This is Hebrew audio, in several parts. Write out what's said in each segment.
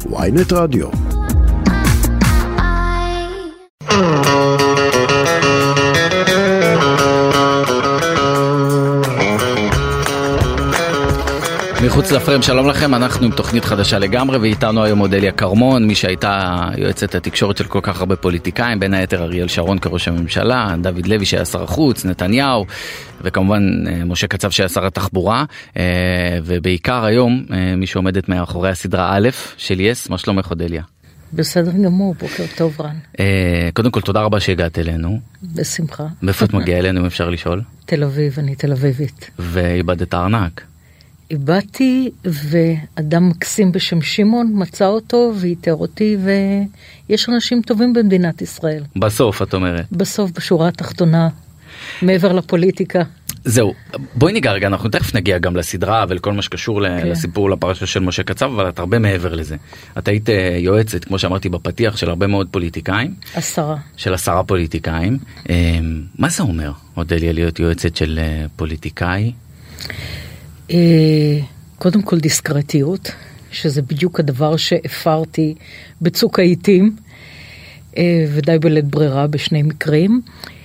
ynet רדיו. מחוץ לפריים, שלום לכם, אנחנו עם תוכנית חדשה לגמרי, ואיתנו היום אודליה כרמון, מי שהייתה יועצת התקשורת של כל כך הרבה פוליטיקאים, בין היתר אריאל שרון כראש הממשלה, דוד לוי שהיה שר החוץ, נתניהו, וכמובן משה קצב שהיה שר התחבורה, ובעיקר היום מי שעומדת מאחורי הסדרה א' של יס. מה שלומך אודליה? בסדר גמור, בוקר טוב רן. קודם כל תודה רבה שהגעת אלינו. בשמחה. מאיפה את מגיעה אלינו אם אפשר לשאול? תל אביב, אני תל אביבית. ואיבדת ארנק? איבדתי, ואדם מקסים בשם שמעון מצא אותו ואיתר אותי, ויש אנשים טובים במדינת ישראל. בסוף את אומרת? בסוף, בשורה התחתונה, מעבר לפוליטיקה. זהו, בואי ניגע רגע, אנחנו תכף נגיע גם לסדרה ולכל מה שקשור לסיפור, לפרשה של משה קצב, אבל את הרבה מעבר לזה. את היית יועצת, כמו שאמרתי בפתיח, של הרבה מאוד פוליטיקאים. 10. של 10 פוליטיקאים. מה זה אומר, אודליה, להיות יועצת של פוליטיקאי? קודם כל דיסקרטיות, שזה בדיוק הדבר שהפרתי בצוק העיתים, ודי בלית ברירה בשני מקרים.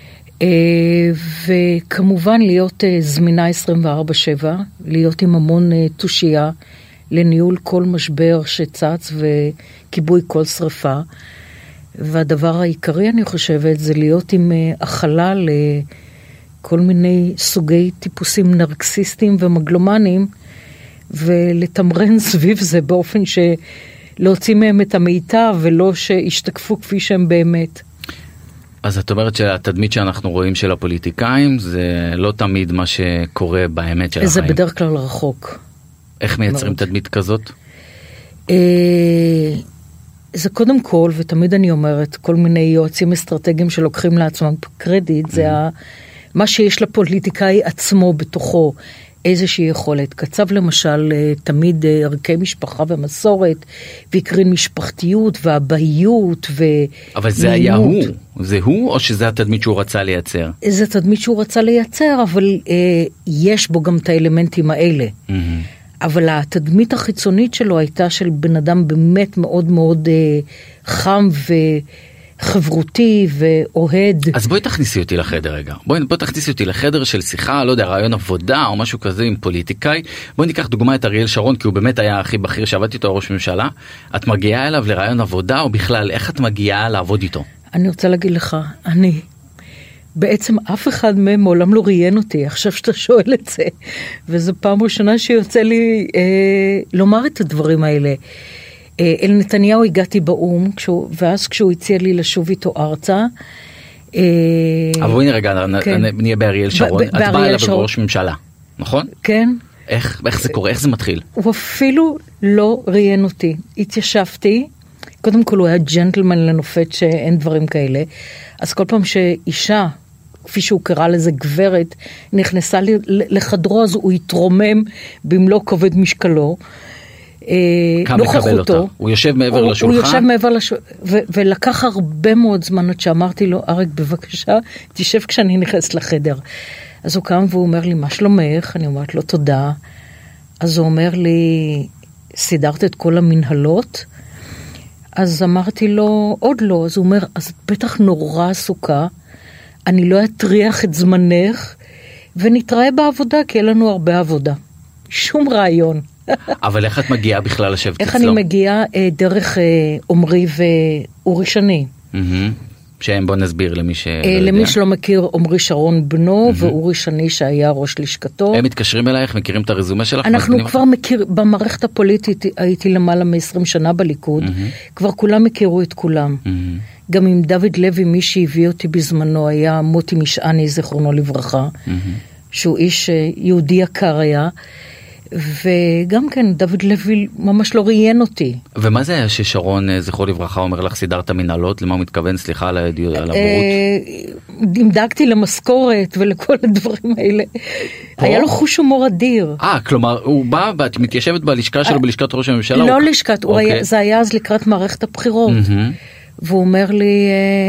וכמובן להיות זמינה 24/7, להיות עם המון תושייה לניהול כל משבר שצץ וכיבוי כל שריפה. והדבר העיקרי אני חושבת זה להיות עם הכלה לכל מיני סוגי טיפוסים נרקסיסטיים ומגלומנים, ולתמרן סביב זה באופן שלהוציא מהם את המיטב ולא שישתקפו כפי שהם באמת. אז את אומרת שהתדמית שאנחנו רואים של הפוליטיקאים זה לא תמיד מה שקורה באמת של החיים. זה בדרך כלל רחוק. איך מייצרים תדמית כזאת? זה קודם כל, ותמיד אני אומרת, כל מיני יועצים אסטרטגיים שלוקחים לעצמם קרדיט, זה מה שיש לפוליטיקאי עצמו בתוכו, איזושהי יכולת. קצב למשל תמיד ערכי משפחה ומסורת, והקרין משפחתיות והבהיות אבל זה היה הוא? זה הוא או שזה התדמית שהוא רצה לייצר? זה תדמית שהוא רצה לייצר, אבל יש בו גם את האלמנטים האלה. אבל התדמית החיצונית שלו הייתה של בן אדם באמת מאוד מאוד חם חברותי ואוהד. אז בואי תכניסי אותי לחדר רגע. בואי תכניסי אותי לחדר של שיחה, לא יודע, רעיון עבודה או משהו כזה עם פוליטיקאי. בואי ניקח דוגמה את אריאל שרון, כי הוא באמת היה הכי בכיר שעבדתי איתו ראש ממשלה. את מגיעה אליו לרעיון עבודה, או בכלל, איך את מגיעה לעבוד איתו? אני רוצה להגיד לך, בעצם אף אחד מהם מעולם לא ראיין אותי, עכשיו שאתה שואל את זה. וזו פעם ראשונה שיוצא לי לומר את הדברים האלה. אל נתניהו הגעתי באום, ואז כשהוא הציע לי לשוב איתו ארצה. אבל בואי רגע, נהיה באריאל שרון. את באה אליו בראש ממשלה, נכון? כן. איך זה קורה? איך זה מתחיל? הוא אפילו לא ראיין אותי. התיישבתי, קודם כל הוא היה ג'נטלמן לנופת שאין דברים כאלה. אז כל פעם שאישה, כפי שהוא קרא לזה גברת, נכנסה לחדרו, אז הוא התרומם במלוא כובד משקלו. כמה מקבל אותה? הוא יושב מעבר לשולחן? הוא יושב מעבר לשולחן, ולקח הרבה מאוד זמן עד שאמרתי לו, אריק בבקשה, תשב כשאני נכנס לחדר. אז הוא קם והוא אומר לי, מה שלומך? אני אומרת לו, תודה. אז הוא אומר לי, סידרת את כל המנהלות? אז אמרתי לו, עוד לא. אז הוא אומר, אז את בטח נורא עסוקה, אני לא אטריח את זמנך, ונתראה בעבודה, כי אין לנו הרבה עבודה. שום רעיון. אבל איך את מגיעה בכלל לשבת אצלו? איך אני מגיעה דרך עומרי ואורי שני. שהם, בוא נסביר למי שלא יודע. למי שלא מכיר, עומרי שרון בנו ואורי שני שהיה ראש לשכתו. הם מתקשרים אלייך, מכירים את הרזומה שלך? אנחנו כבר במערכת הפוליטית, הייתי למעלה מ-20 שנה בליכוד, כבר כולם הכירו את כולם. גם עם דוד לוי, מי שהביא אותי בזמנו היה מוטי משעני, זכרונו לברכה, שהוא איש יהודי יקר היה, וגם כן, דוד לוי ממש לא ראיין אותי. ומה זה היה ששרון, זכרו לברכה, אומר לך, סידרת מנהלות? למה הוא מתכוון? סליחה על הבורות. דאגתי למשכורת ולכל הדברים האלה. היה לו חוש הומור אדיר. כלומר, הוא בא ואת מתיישבת בלשכה שלו, בלשכת ראש הממשלה? לא לשכת, זה היה אז לקראת מערכת הבחירות. והוא אומר לי,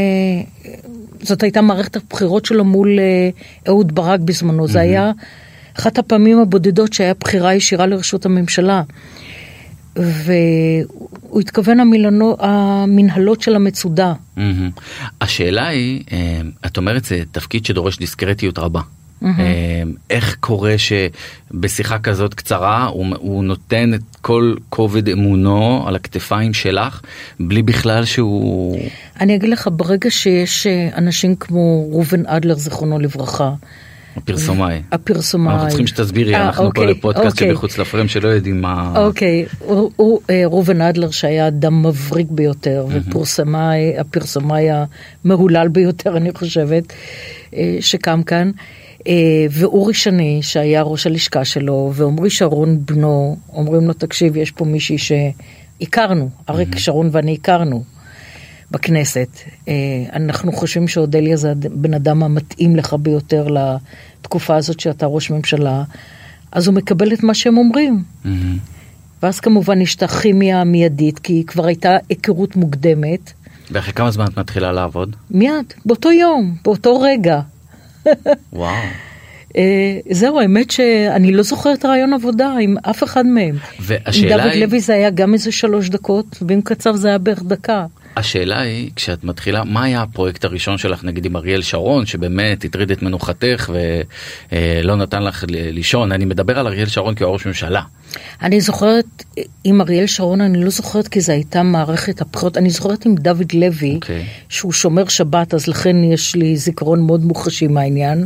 זאת הייתה מערכת הבחירות שלו מול אהוד ברק בזמנו. זה היה אחת הפעמים הבודדות שהיה בחירה ישירה לרשות הממשלה. והוא התכוון המנהלות של המצודה. השאלה היא, את אומרת, זה תפקיד שדורש דיסקרטיות רבה. איך קורה שבשיחה כזאת קצרה הוא נותן את כל כובד אמונו על הכתפיים שלך בלי בכלל שהוא... אני אגיד לך, ברגע שיש אנשים כמו רובן אדלר זיכרונו לברכה, הפרסומאי. אנחנו צריכים שתסבירי, אנחנו פה לפודקאסט שבחוץ לפרם שלא יודעים מה... אוקיי, רובן אדלר שהיה אדם מבריק ביותר, והפרסומאי המהולל ביותר, אני חושבת, שקם כאן, ואורי שני, שהיה ראש הלשכה שלו, ועומרי שרון בנו, אומרים לו, תקשיב, יש פה מישהי שהכרנו, אריק שרון ואני הכרנו בכנסת. אנחנו חושבים שאודליה זה בן אדם המתאים לך ביותר לתקופה הזאת שאתה ראש ממשלה, אז הוא מקבל את מה שהם אומרים. ואז כמובן יש את הכימיה המיידית, כי כבר הייתה היכרות מוקדמת. ואחרי כמה זמן את מתחילה לעבוד? מיד, באותו יום, באותו רגע. וואו. זהו, האמת שאני לא זוכרת רעיון עבודה עם אף אחד מהם. והשאלה עם דוד לוי זה היה גם איזה 3 דקות, ועם קצר זה היה בערך דקה. השאלה היא, כשאת מתחילה, מה היה הפרויקט הראשון שלך, נגיד עם אריאל שרון, שבאמת הטריד את מנוחתך ולא נתן לך לישון? אני מדבר על אריאל שרון כראש ממשלה. אני זוכרת עם אריאל שרון, אני לא זוכרת כי זה הייתה מערכת הבחירות, אני זוכרת עם דוד לוי, שהוא שומר שבת, אז לכן יש לי זיכרון מאוד מוחשי מהעניין,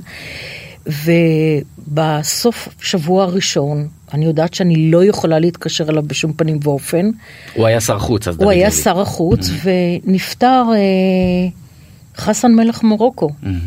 ובסוף שבוע הראשון, אני יודעת שאני לא יכולה להתקשר אליו בשום פנים ואופן. הוא היה שר חוץ, אז דוד הוא לוי. היה שר החוץ, ונפטר חסן מלך מרוקו.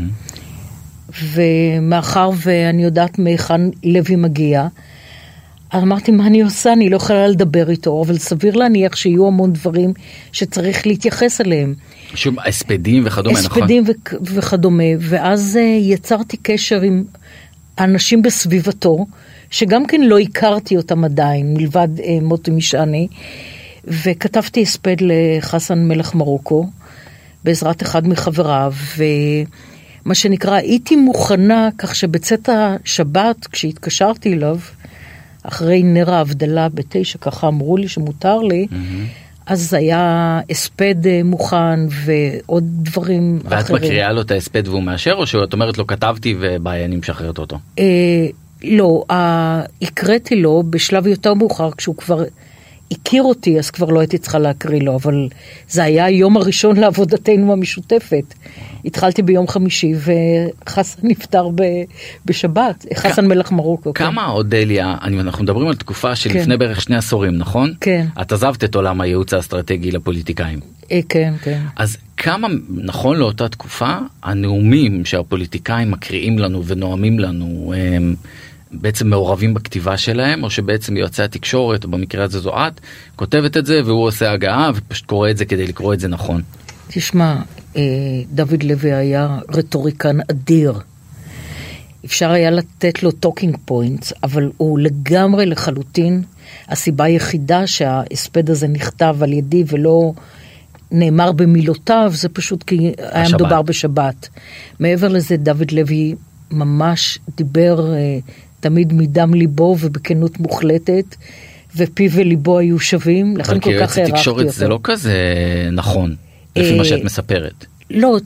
ומאחר ואני יודעת מהיכן לוי מגיע, אמרתי, מה אני עושה? אני לא יכולה לדבר איתו, אבל סביר להניח שיהיו המון דברים שצריך להתייחס אליהם. שוב, הספדים וכדומה, נכון? הספדים וכדומה, ואז יצרתי קשר עם האנשים בסביבתו, שגם כן לא הכרתי אותם עדיין, מלבד מוטי משעני, וכתבתי הספד לחסן מלך מרוקו, בעזרת אחד מחבריו, ומה שנקרא, הייתי מוכנה, כך שבצאת השבת, כשהתקשרתי אליו, אחרי נר ההבדלה ב9, ככה אמרו לי שמותר לי, אז היה הספד מוכן ועוד דברים אחרים. ואת מקריאה לו את ההספד והוא מאשר, או שאת אומרת לו, כתבתי וביי, אני משחררת אותו? לא, הקראתי לו בשלב יותר מאוחר, כשהוא כבר הכיר אותי, אז כבר לא הייתי צריכה להקריא לו, אבל זה היה היום הראשון לעבודתנו המשותפת. התחלתי ביום חמישי, וחסן נפטר בשבת, חסן מלך מרוקו. כמה אודליה, אנחנו מדברים על תקופה שלפני בערך 2 עשורים, נכון? כן. את עזבת את עולם הייעוץ האסטרטגי לפוליטיקאים. כן, כן. אז כמה, נכון לאותה תקופה, הנאומים שהפוליטיקאים מקריאים לנו ונואמים לנו, בעצם מעורבים בכתיבה שלהם, או שבעצם יועצי התקשורת, או במקרה הזה זו את, כותבת את זה, והוא עושה הגעה, ופשוט קורא את זה כדי לקרוא את זה נכון. תשמע, דוד לוי היה רטוריקן אדיר. אפשר היה לתת לו טוקינג פוינטס, אבל הוא לגמרי לחלוטין, הסיבה היחידה שההספד הזה נכתב על ידי ולא נאמר במילותיו, זה פשוט כי היה מדובר בשבת. מעבר לזה, דוד לוי ממש דיבר תמיד מדם ליבו ובכנות מוחלטת, ופיו וליבו היו שווים, לכן כל כך הערכתי אותו. תקשורת זה לא כזה נכון, לפי מה שאת מספרת. לא,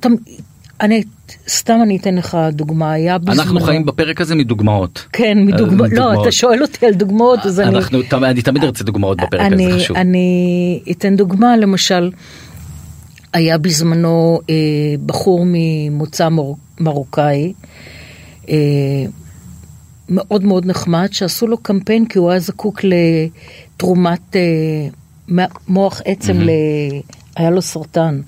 סתם אני אתן לך דוגמה, היה בזמנו... אנחנו חיים בפרק הזה מדוגמאות. כן, מדוגמאות. לא, אתה שואל אותי על דוגמאות, אז אני תמיד ארצה דוגמאות בפרק הזה, חשוב. אני אתן דוגמה, למשל, היה בזמנו בחור ממוצא מרוקאי, מאוד מאוד נחמד, שעשו לו קמפיין, כי הוא היה זקוק לתרומת מוח עצם, היה לו סרטן.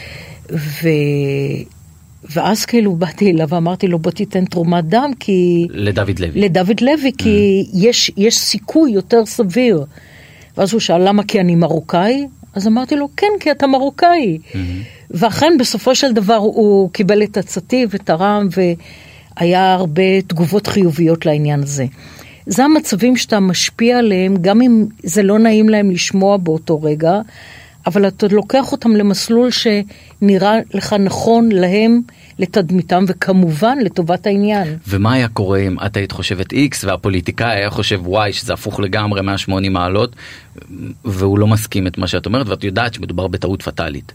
ואז כאילו באתי אליו ואמרתי לו, בוא תיתן תרומת דם, כי... לדוד לוי, כי יש סיכוי יותר סביר. ואז הוא שאל, למה? כי אני מרוקאי? אז אמרתי לו, כן, כי אתה מרוקאי. ואכן בסופו של דבר הוא קיבל את עצתי ותרם, והיה הרבה תגובות חיוביות לעניין הזה. זה המצבים שאתה משפיע עליהם, גם אם זה לא נעים להם לשמוע באותו רגע, אבל אתה לוקח אותם למסלול שנראה לך נכון להם, לתדמיתם, וכמובן לטובת העניין. ומה היה קורה אם את היית חושבת X, והפוליטיקאי היה חושב Y, שזה הפוך לגמרי 180 מעלות, והוא לא מסכים את מה שאת אומרת, ואת יודעת שמדובר בטעות פטלית.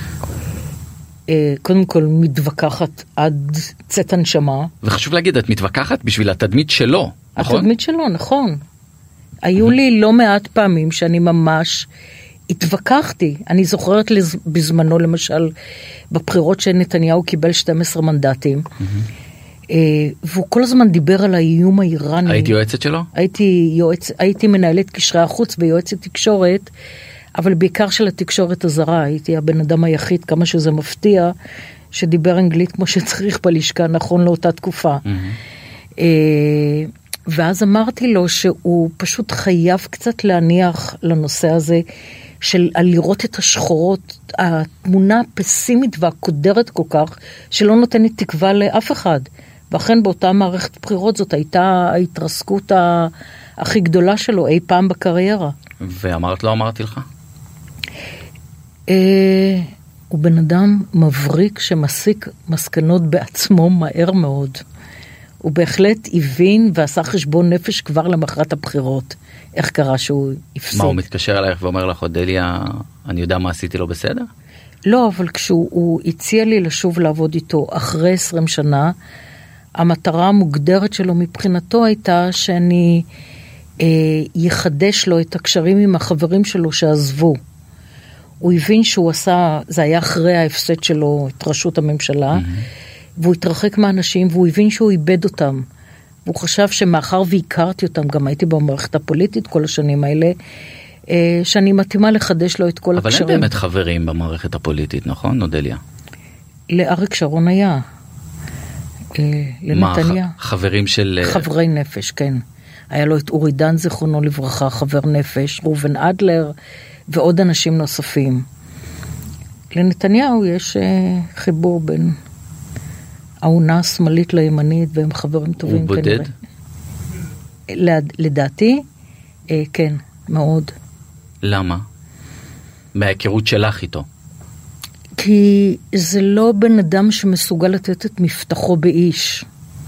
קודם כל מתווכחת עד צאת הנשמה. וחשוב להגיד, את מתווכחת בשביל התדמית שלו, נכון? התדמית שלו, נכון. היו לי לא מעט פעמים שאני ממש התווכחתי. אני זוכרת בזמנו, למשל, בבחירות שנתניהו קיבל 12 מנדטים, והוא כל הזמן דיבר על האיום האיראני. היית יועצת שלו? הייתי מנהלת קשרי החוץ ויועצת תקשורת, אבל בעיקר של התקשורת הזרה. הייתי הבן אדם היחיד, כמה שזה מפתיע, שדיבר אנגלית כמו שצריך בלשכה, נכון לאותה תקופה. ואז אמרתי לו שהוא פשוט חייב קצת להניח לנושא הזה, של לראות את השחורות, התמונה הפסימית והקודרת כל כך, שלא נותנת תקווה לאף אחד. ואכן באותה מערכת בחירות זאת הייתה ההתרסקות הכי גדולה שלו אי פעם בקריירה. ואמרת לו, אמרתי לך? הוא בן אדם מבריק שמסיק מסקנות בעצמו מהר מאוד. הוא בהחלט הבין ועשה חשבון נפש כבר למחרת הבחירות. איך קרה שהוא הפסיק? מה, הוא מתקשר אלייך ואומר לך, אודליה, אני יודע מה עשיתי לו בסדר? לא, אבל כשהוא הציע לי לשוב לעבוד איתו אחרי 20 שנה, המטרה המוגדרת שלו מבחינתו הייתה שאני יחדש לו את הקשרים עם החברים שלו שעזבו. הוא הבין שהוא עשה, זה היה אחרי ההפסד שלו את ראשות הממשלה, והוא התרחק מהאנשים, והוא הבין שהוא איבד אותם. והוא חשב שמאחר והכרתי אותם, גם הייתי במערכת הפוליטית כל השנים האלה, שאני מתאימה לחדש לו את כל הקשרים. אבל אין באמת חברים במערכת הפוליטית, נכון, אודליה? לאריק שרון היה. לנתניה. מה, חברים של... חברי נפש, כן. היה לו את אורי דן, זיכרונו לברכה, חבר נפש, ראובן אדלר, ועוד אנשים נוספים. לנתניהו יש חיבור בין העונה השמאלית לימנית, והם חברים טובים. הוא בודד? לדעתי, כן, מאוד. למה? מההיכרות שלך איתו. כי זה לא בן אדם שמסוגל לתת את מפתחו באיש.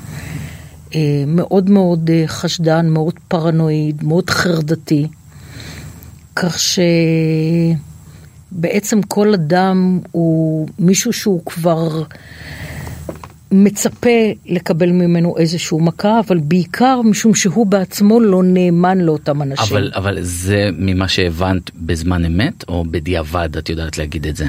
מאוד מאוד חשדן, מאוד פרנואיד, מאוד חרדתי. כך שבעצם כל אדם הוא מישהו שהוא כבר מצפה לקבל ממנו איזשהו מכה, אבל בעיקר משום שהוא בעצמו לא נאמן לאותם אנשים. אבל זה ממה שהבנת בזמן אמת, או בדיעבד את יודעת להגיד את זה?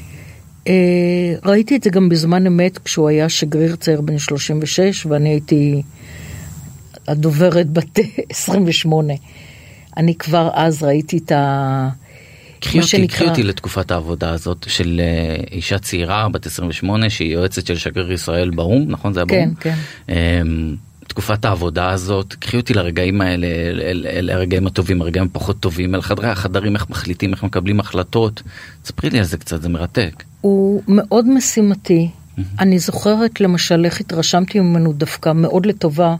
ראיתי את זה גם בזמן אמת, כשהוא היה שגריר צעיר בן 36, ואני הייתי הדוברת בת 28. אני כבר אז ראיתי את קחי אותי לתקופת העבודה הזאת של אישה צעירה, בת 28, שהיא יועצת של שגריר ישראל באום, נכון? זה היה באום? כן, כן. תקופת העבודה הזאת, קחי אותי לרגעים האלה, אל הרגעים הטובים, הרגעים הפחות טובים, אל החדרים, איך מחליטים, איך מקבלים החלטות. תספרי לי על זה קצת, זה מרתק. הוא מאוד משימתי. אני זוכרת למשל איך התרשמתי ממנו דווקא מאוד לטובה.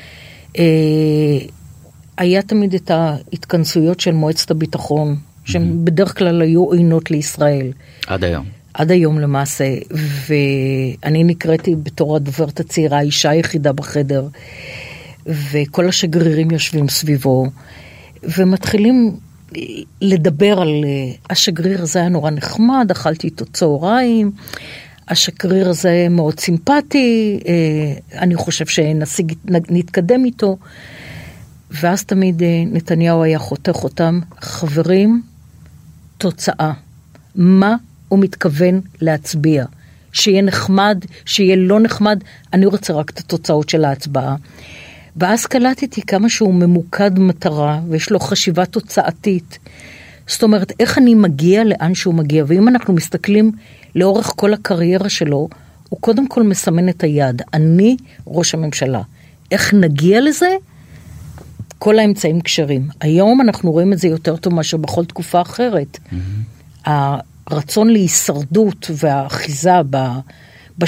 היה תמיד את ההתכנסויות של מועצת הביטחון, שהן בדרך כלל היו עוינות לישראל. עד היום. עד היום למעשה, ואני נקראתי בתור הדוברת הצעירה, האישה היחידה בחדר, וכל השגרירים יושבים סביבו, ומתחילים לדבר על השגריר הזה היה נורא נחמד, אכלתי איתו צהריים, השגריר הזה מאוד סימפטי, אני חושב שנתקדם איתו, ואז תמיד נתניהו היה חותך אותם, חברים, תוצאה. מה הוא מתכוון להצביע? שיהיה נחמד, שיהיה לא נחמד, אני רוצה רק את התוצאות של ההצבעה. ואז קלטתי כמה שהוא ממוקד מטרה, ויש לו חשיבה תוצאתית. זאת אומרת, איך אני מגיע לאן שהוא מגיע, ואם אנחנו מסתכלים לאורך כל הקריירה שלו, הוא קודם כל מסמן את היד. אני ראש הממשלה. איך נגיע לזה? כל האמצעים קשרים. היום אנחנו רואים את זה יותר טוב מאשר בכל תקופה אחרת. הרצון להישרדות והאחיזה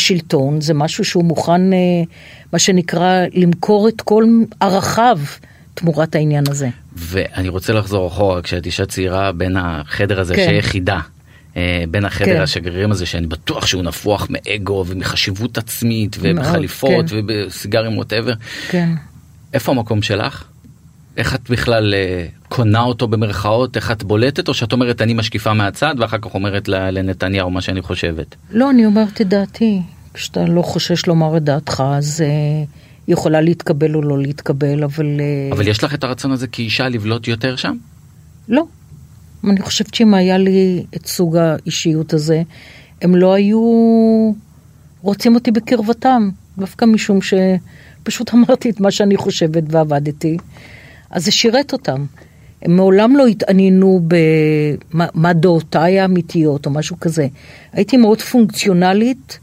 בשלטון, זה משהו שהוא מוכן, מה שנקרא, למכור את כל ערכיו תמורת העניין הזה. ואני רוצה לחזור אחורה, כשאת אישה צעירה בין החדר הזה שיחידה, בין החדר השגרירים הזה, שאני בטוח שהוא נפוח מאגו ומחשיבות עצמית ובחליפות ובסיגרים whatever. כן. איפה המקום שלך? איך את בכלל קונה אותו במרכאות? איך את בולטת? או שאת אומרת אני משקיפה מהצד ואחר כך אומרת לנתניהו מה שאני חושבת? לא, אני אומרת את דעתי. כשאתה לא חושש לומר את דעתך, אז יכולה להתקבל או לא להתקבל, אבל... אבל יש לך את הרצון הזה כאישה לבלוט יותר שם? לא. אני חושבת שאם היה לי את סוג האישיות הזה, הם לא היו רוצים אותי בקרבתם, דווקא משום שפשוט אמרתי את מה שאני חושבת ועבדתי, אז זה שירת אותם. הם מעולם לא התעניינו במה דעותיי האמיתיות או משהו כזה. הייתי מאוד פונקציונלית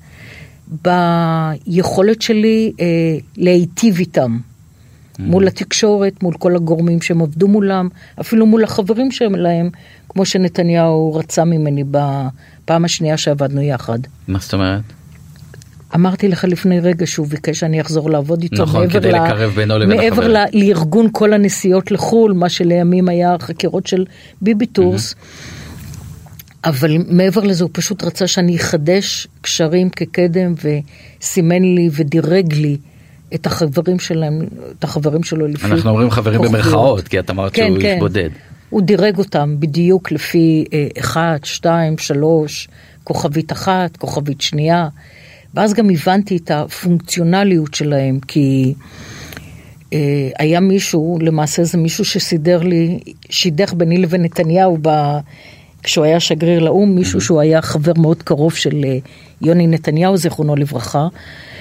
ביכולת שלי להיטיב איתם. מול התקשורת, מול כל הגורמים שהם עבדו מולם, אפילו מול החברים שלהם, כמו שנתניהו רצה ממני בפעם השנייה שעבדנו יחד. מה זאת אומרת? אמרתי לך לפני רגע שהוא ביקש שאני אחזור לעבוד איתו. נכון, כדי לקרב בינו לבין החבר. מעבר לארגון כל הנסיעות לחול, מה שלימים היה חקירות של ביבי טורס, אבל מעבר לזה הוא פשוט רצה שאני אחדש קשרים כקדם, וסימן לי ודירג לי את החברים שלהם, את החברים שלו לפי... אנחנו אומרים חברים במרכאות, כי את אמרת שהוא איש בודד. הוא דירג אותם בדיוק לפי 1, 2, 3, כוכבית 1, כוכבית שנייה, ואז גם הבנתי את הפונקציונליות שלהם, כי היה מישהו, למעשה זה מישהו שסידר לי, שידך ביני לבין נתניהו כשהוא היה שגריר לאום, מישהו שהוא היה חבר מאוד קרוב של יוני נתניהו, זיכרונו לברכה,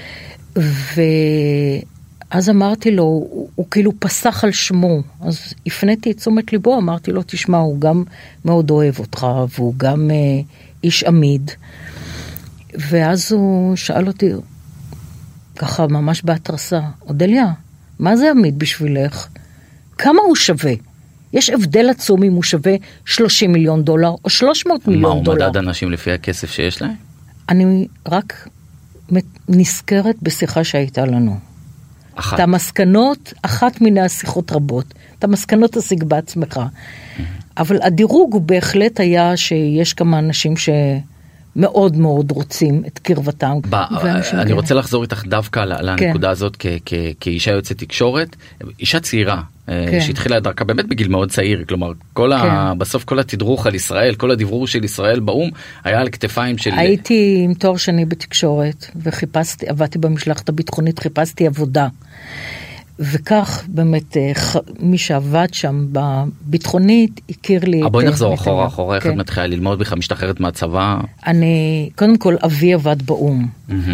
ואז אמרתי לו, הוא כאילו פסח על שמו, אז הפניתי את תשומת ליבו, אמרתי לו, תשמע, הוא גם מאוד אוהב אותך, והוא גם איש עמיד, ואז הוא שאל אותי, ככה ממש בהתרסה, אודליה, מה זה עמיד בשבילך? כמה הוא שווה? יש הבדל עצום אם הוא שווה $30 מיליון או $300 מיליון. מה, הוא מדד אנשים לפי הכסף שיש להם? אני רק נזכרת בשיחה שהייתה לנו. אחת. את המסקנות, אחת מן השיחות רבות. את המסקנות תשיג בעצמך. אבל הדירוג הוא בהחלט היה שיש כמה אנשים שמאוד מאוד רוצים את קרבתם. אני רוצה לחזור איתך דווקא לנקודה הזאת כאישה יוצאת תקשורת, אישה צעירה. שהתחילה דרכה באמת בגיל מאוד צעיר, כלומר, בסוף כל התדרוך על ישראל, כל הדברור של ישראל באום, היה על כתפיים של... הייתי עם תואר שני בתקשורת, וחיפשתי, עבדתי במשלחת הביטחונית, חיפשתי עבודה. וכך באמת, מי שעבד שם בביטחונית, הכיר לי... בואי נחזור אחורה, איך את מתחילה ללמוד בכלל, משתחררת מהצבא? קודם כל, אבי עבד באום.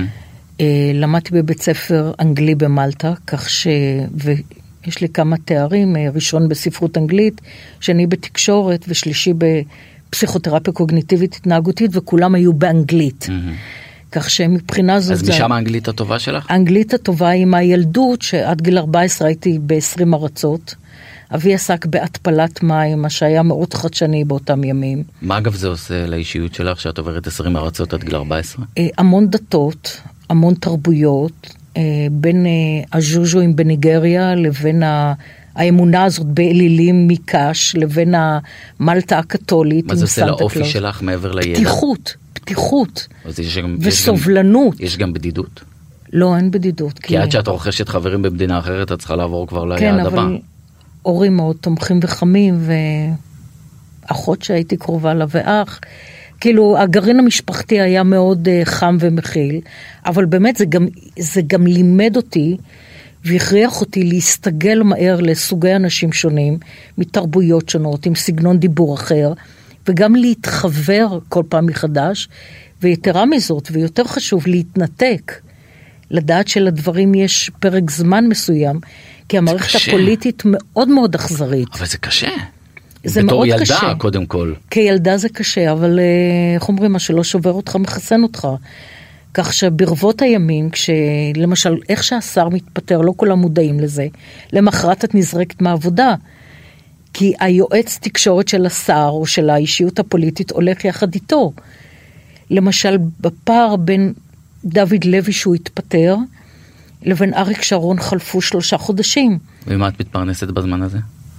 למדתי בבית ספר אנגלי במלטה, כך ש... יש לי כמה תארים, ראשון בספרות אנגלית, שני בתקשורת ושלישי בפסיכותרפיה קוגניטיבית התנהגותית, וכולם היו באנגלית. כך שמבחינה זאת... אז משם האנגלית הטובה שלך? האנגלית הטובה היא מהילדות, שעד גיל 14 הייתי ב-20 ארצות. אבי עסק בהתפלת מים, מה שהיה מאוד חדשני באותם ימים. מה אגב זה עושה לאישיות שלך, שאת עוברת 20 ארצות עד גיל 14? המון דתות, המון תרבויות, בין הז'וז'ואים בניגריה לבין האמונה הזאת באלילים מקש, לבין המלטה הקתולית. מה זה עושה לאופי שלך מעבר לידע? פתיחות וסובלנות. יש גם בדידות? לא, אין בדידות. כי עד שאת רוכשת חברים במדינה אחרת, את צריכה לעבור כבר ליעד הבא. כן, אבל הורים מאוד תומכים וחמים, ואחות שהייתי קרובה לה ואח, כאילו הגרעין המשפחתי היה מאוד חם ומכיל, אבל באמת זה גם לימד אותי, והכריח אותי להסתגל מהר לסוגי אנשים שונים, מתרבויות שונות, עם סגנון דיבור אחר, וגם להתחבר כל פעם מחדש, ויתרה מזאת, ויותר חשוב, להתנתק, לדעת שלדברים יש פרק זמן מסוים, כי המערכת הפוליטית מאוד מאוד אכזרית. אבל זה קשה. זה מאוד קשה. בתור ילדה קודם כל. כילדה זה קשה, אבל איך אומרים, מה שלא שובר אותך מחסן אותך. כך שברבות הימים, למשל, איך שהשר מתפטר, לא כולם מודעים לזה, למחרת את נזרקת מהעבודה. כי היועץ תקשורת של השר או של האישיות הפוליטית הולך יחד איתו. למשל, בפער בין דוד לוי שהוא התפטר, לבין אריק שרון חלפו 3 חודשים. ומה את מתפרנסת בזמן הזה?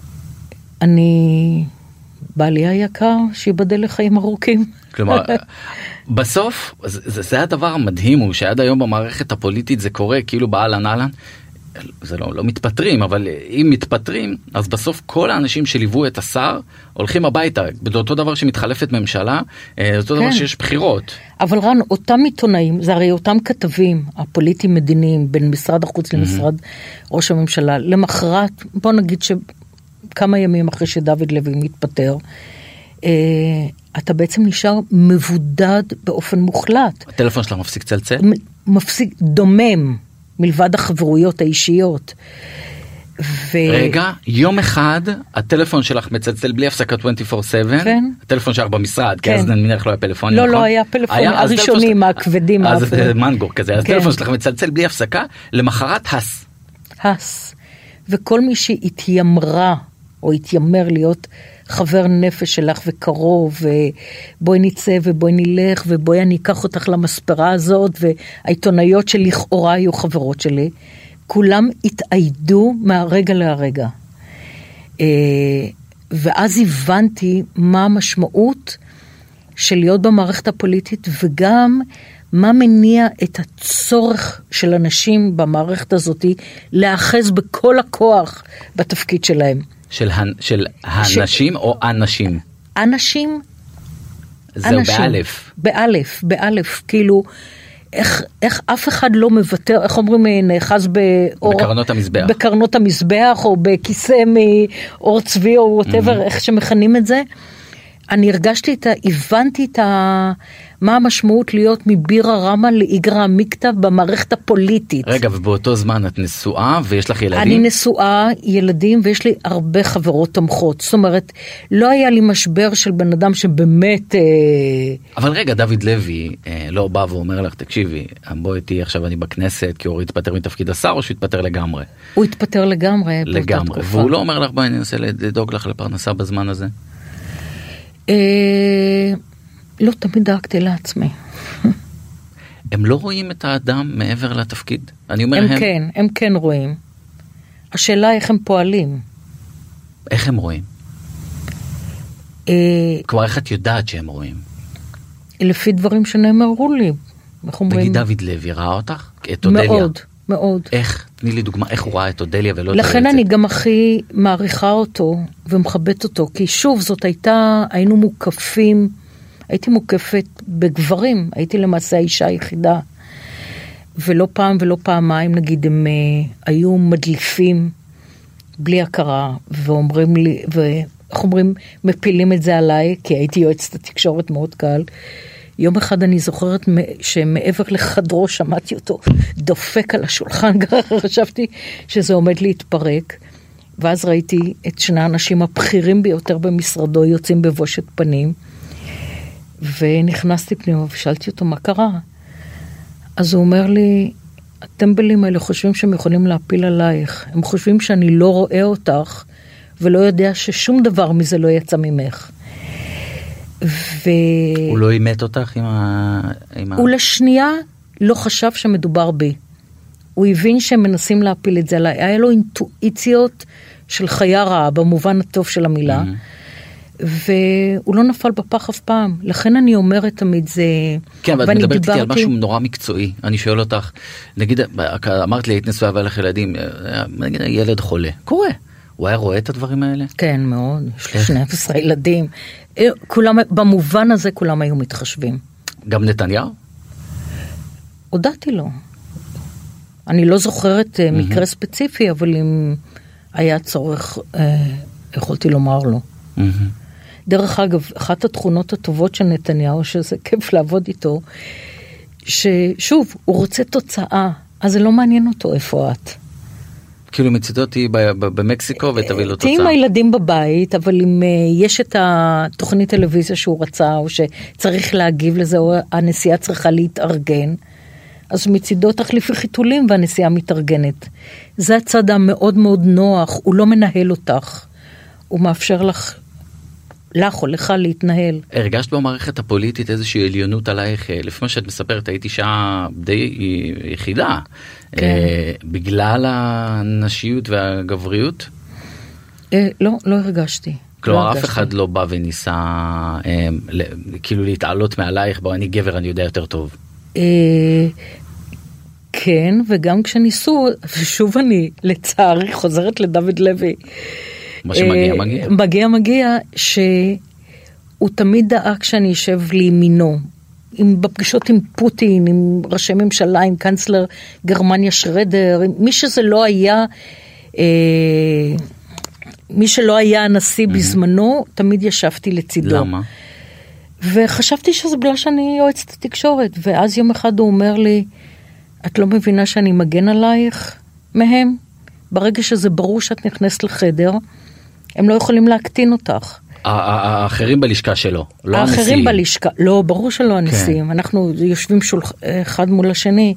אני בעלי היקר, שיבדל לחיים ארוכים. כלומר, בסוף, זה הדבר המדהים, הוא שעד היום במערכת הפוליטית זה קורה, כאילו באלן אלן, זה לא מתפטרים, אבל אם מתפטרים, אז בסוף כל האנשים שליוו את השר, הולכים הביתה, באותו דבר שמתחלפת ממשלה, אותו דבר שיש בחירות. אבל רן, אותם עיתונאים, זה הרי אותם כתבים, הפוליטיים מדיניים, בין משרד החוץ למשרד ראש הממשלה, למחרת, בוא נגיד שכמה ימים אחרי שדוד לוי מתפטר, אתה בעצם נשאר מבודד באופן מוחלט. הטלפון שלך מפסיק צלצל? מפסיק, דומם, מלבד החברויות האישיות. רגע, יום אחד, הטלפון שלך מצלצל בלי הפסקה 24/7, כן. הטלפון שלך במשרד, כי אז נניח לא היה פלאפון. לא, לא היה פלאפון, הראשונים, הכבדים. אז מנגו כזה, אז הטלפון שלך מצלצל בלי הפסקה, למחרת הס. וכל מי שהתיימרה, או התיימר להיות חבר נפש שלך וקרוב, ובואי נצא ובואי נלך, ובואי אני אקח אותך למספרה הזאת, והעיתונאיות שלכאורה היו חברות שלי, כולם התאיידו מהרגע להרגע. ואז הבנתי מה המשמעות של להיות במערכת הפוליטית, וגם מה מניע את הצורך של אנשים במערכת הזאת, לאחז בכל הכוח בתפקיד שלהם. של האנשים או אנשים? אנשים. זהו באלף, כאילו, איך אף אחד לא מוותר, איך אומרים, נאחז בקרנות המזבח, או בכיסא מאור צבי, או whatever, איך שמכנים את זה. אני הרגשתי הבנתי מה המשמעות להיות מבירה רמה לאיגרא עמיקתא במערכת הפוליטית. רגע, ובאותו זמן את נשואה ויש לך ילדים? אני נשואה, ילדים, ויש לי הרבה חברות תומכות. זאת אומרת, לא היה לי משבר של בן אדם שבאמת... אבל רגע, דוד לוי לא בא ואומר לך, תקשיבי, בואי תהי עכשיו אני בכנסת, כי הוא התפטר מתפקיד השר, או שהוא התפטר לגמרי? הוא התפטר לגמרי. לגמרי, והוא לא אומר לך, בואי אני אנסה לדאוג לך לפרנסה בזמן הזה? לא תמיד דאגתי לעצמי. הם לא רואים את האדם מעבר לתפקיד? אני אומר הם כן רואים. השאלה איך הם פועלים. איך הם רואים? כבר איך את יודעת שהם רואים? לפי דברים שנאמרו לי. תגיד, דוד לוי ראה אותך? את אודליה? מאוד, מאוד. איך? תני לי דוגמה, איך הוא ראה את אודליה ולא את לכן אני גם הכי מעריכה אותו ומחבט אותו, כי שוב זאת היינו מוקפים, הייתי מוקפת בגברים, הייתי למעשה האישה היחידה, ולא פעם ולא פעמיים, נגיד, הם היו מדליפים בלי הכרה, ואומרים לי, ואיך אומרים, מפילים את זה עליי, כי הייתי יועצת התקשורת מאוד קל. יום אחד אני זוכרת שמעבר לחדרו שמעתי אותו דופק על השולחן, חשבתי שזה עומד להתפרק, ואז ראיתי את שני האנשים הבכירים ביותר במשרדו יוצאים בבושת פנים, ונכנסתי פנימה ושאלתי אותו מה קרה. אז הוא אומר לי, הטמבלים האלה חושבים שהם יכולים להפיל עלייך, הם חושבים שאני לא רואה אותך, ולא יודע ששום דבר מזה לא יצא ממך. הוא לא אימת אותך הוא לשנייה לא חשב שמדובר בי. הוא הבין שהם מנסים להפיל את זה עליי. היה לו אינטואיציות של חיה רעה, במובן הטוב של המילה. והוא לא נפל בפח אף פעם. לכן אני אומרת תמיד זה... כן, אבל את מדברת איתי על משהו נורא מקצועי. אני שואל אותך, נגיד, אמרת לי, היית נשואה ולך ילדים, נגיד, ילד חולה. קורה. הוא היה רואה את הדברים האלה? כן, מאוד. יש לי 12 ילדים. כולם, במובן הזה כולם היו מתחשבים. גם נתניהו? הודעתי לו. אני לא זוכרת מקרה ספציפי, אבל אם היה צורך, יכולתי לומר לו. דרך אגב, אחת התכונות הטובות של נתניהו, שזה כיף לעבוד איתו, ששוב, הוא רוצה תוצאה, אז זה לא מעניין אותו איפה את. כאילו מצידו תהי במקסיקו ותביא לו תוצאה. תהי עם הילדים בבית, אבל אם יש את התוכנית טלוויזיה שהוא רצה, או שצריך להגיב לזה, או הנסיעה צריכה להתארגן, אז מצידו תחליפי חיתולים והנסיעה מתארגנת. זה הצד המאוד מאוד נוח, הוא לא מנהל אותך, הוא מאפשר לך לך או לך להתנהל. הרגשת במערכת הפוליטית איזושהי עליונות עלייך? לפי מה שאת מספרת, הייתי אישה די יחידה. כן. בגלל הנשיות והגבריות? לא הרגשתי. כלומר, אף אחד לא בא וניסה כאילו להתעלות מעלייך, בוא, אני גבר, אני יודע יותר טוב. כן, וגם כשניסו, ושוב אני לצערי חוזרת לדוד לוי. מה שמגיע, מגיע שהוא תמיד דאג שאני אשב לימינו, בפגישות עם פוטין, עם ראשי ממשלה, עם קנצלר גרמניה שרדר, מי שזה לא היה, מי שלא היה הנשיא בזמנו, תמיד ישבתי לצידו. למה? וחשבתי שזה בגלל שאני יועצת התקשורת, ואז יום אחד הוא אומר לי, את לא מבינה שאני מגן עלייך מהם? ברגע שזה ברור שאת נכנסת לחדר, הם לא יכולים להקטין אותך. האחרים בלשכה שלו, לא הנשיאים. האחרים בלשכה, לא, ברור שלא הנשיאים. אנחנו יושבים אחד מול השני.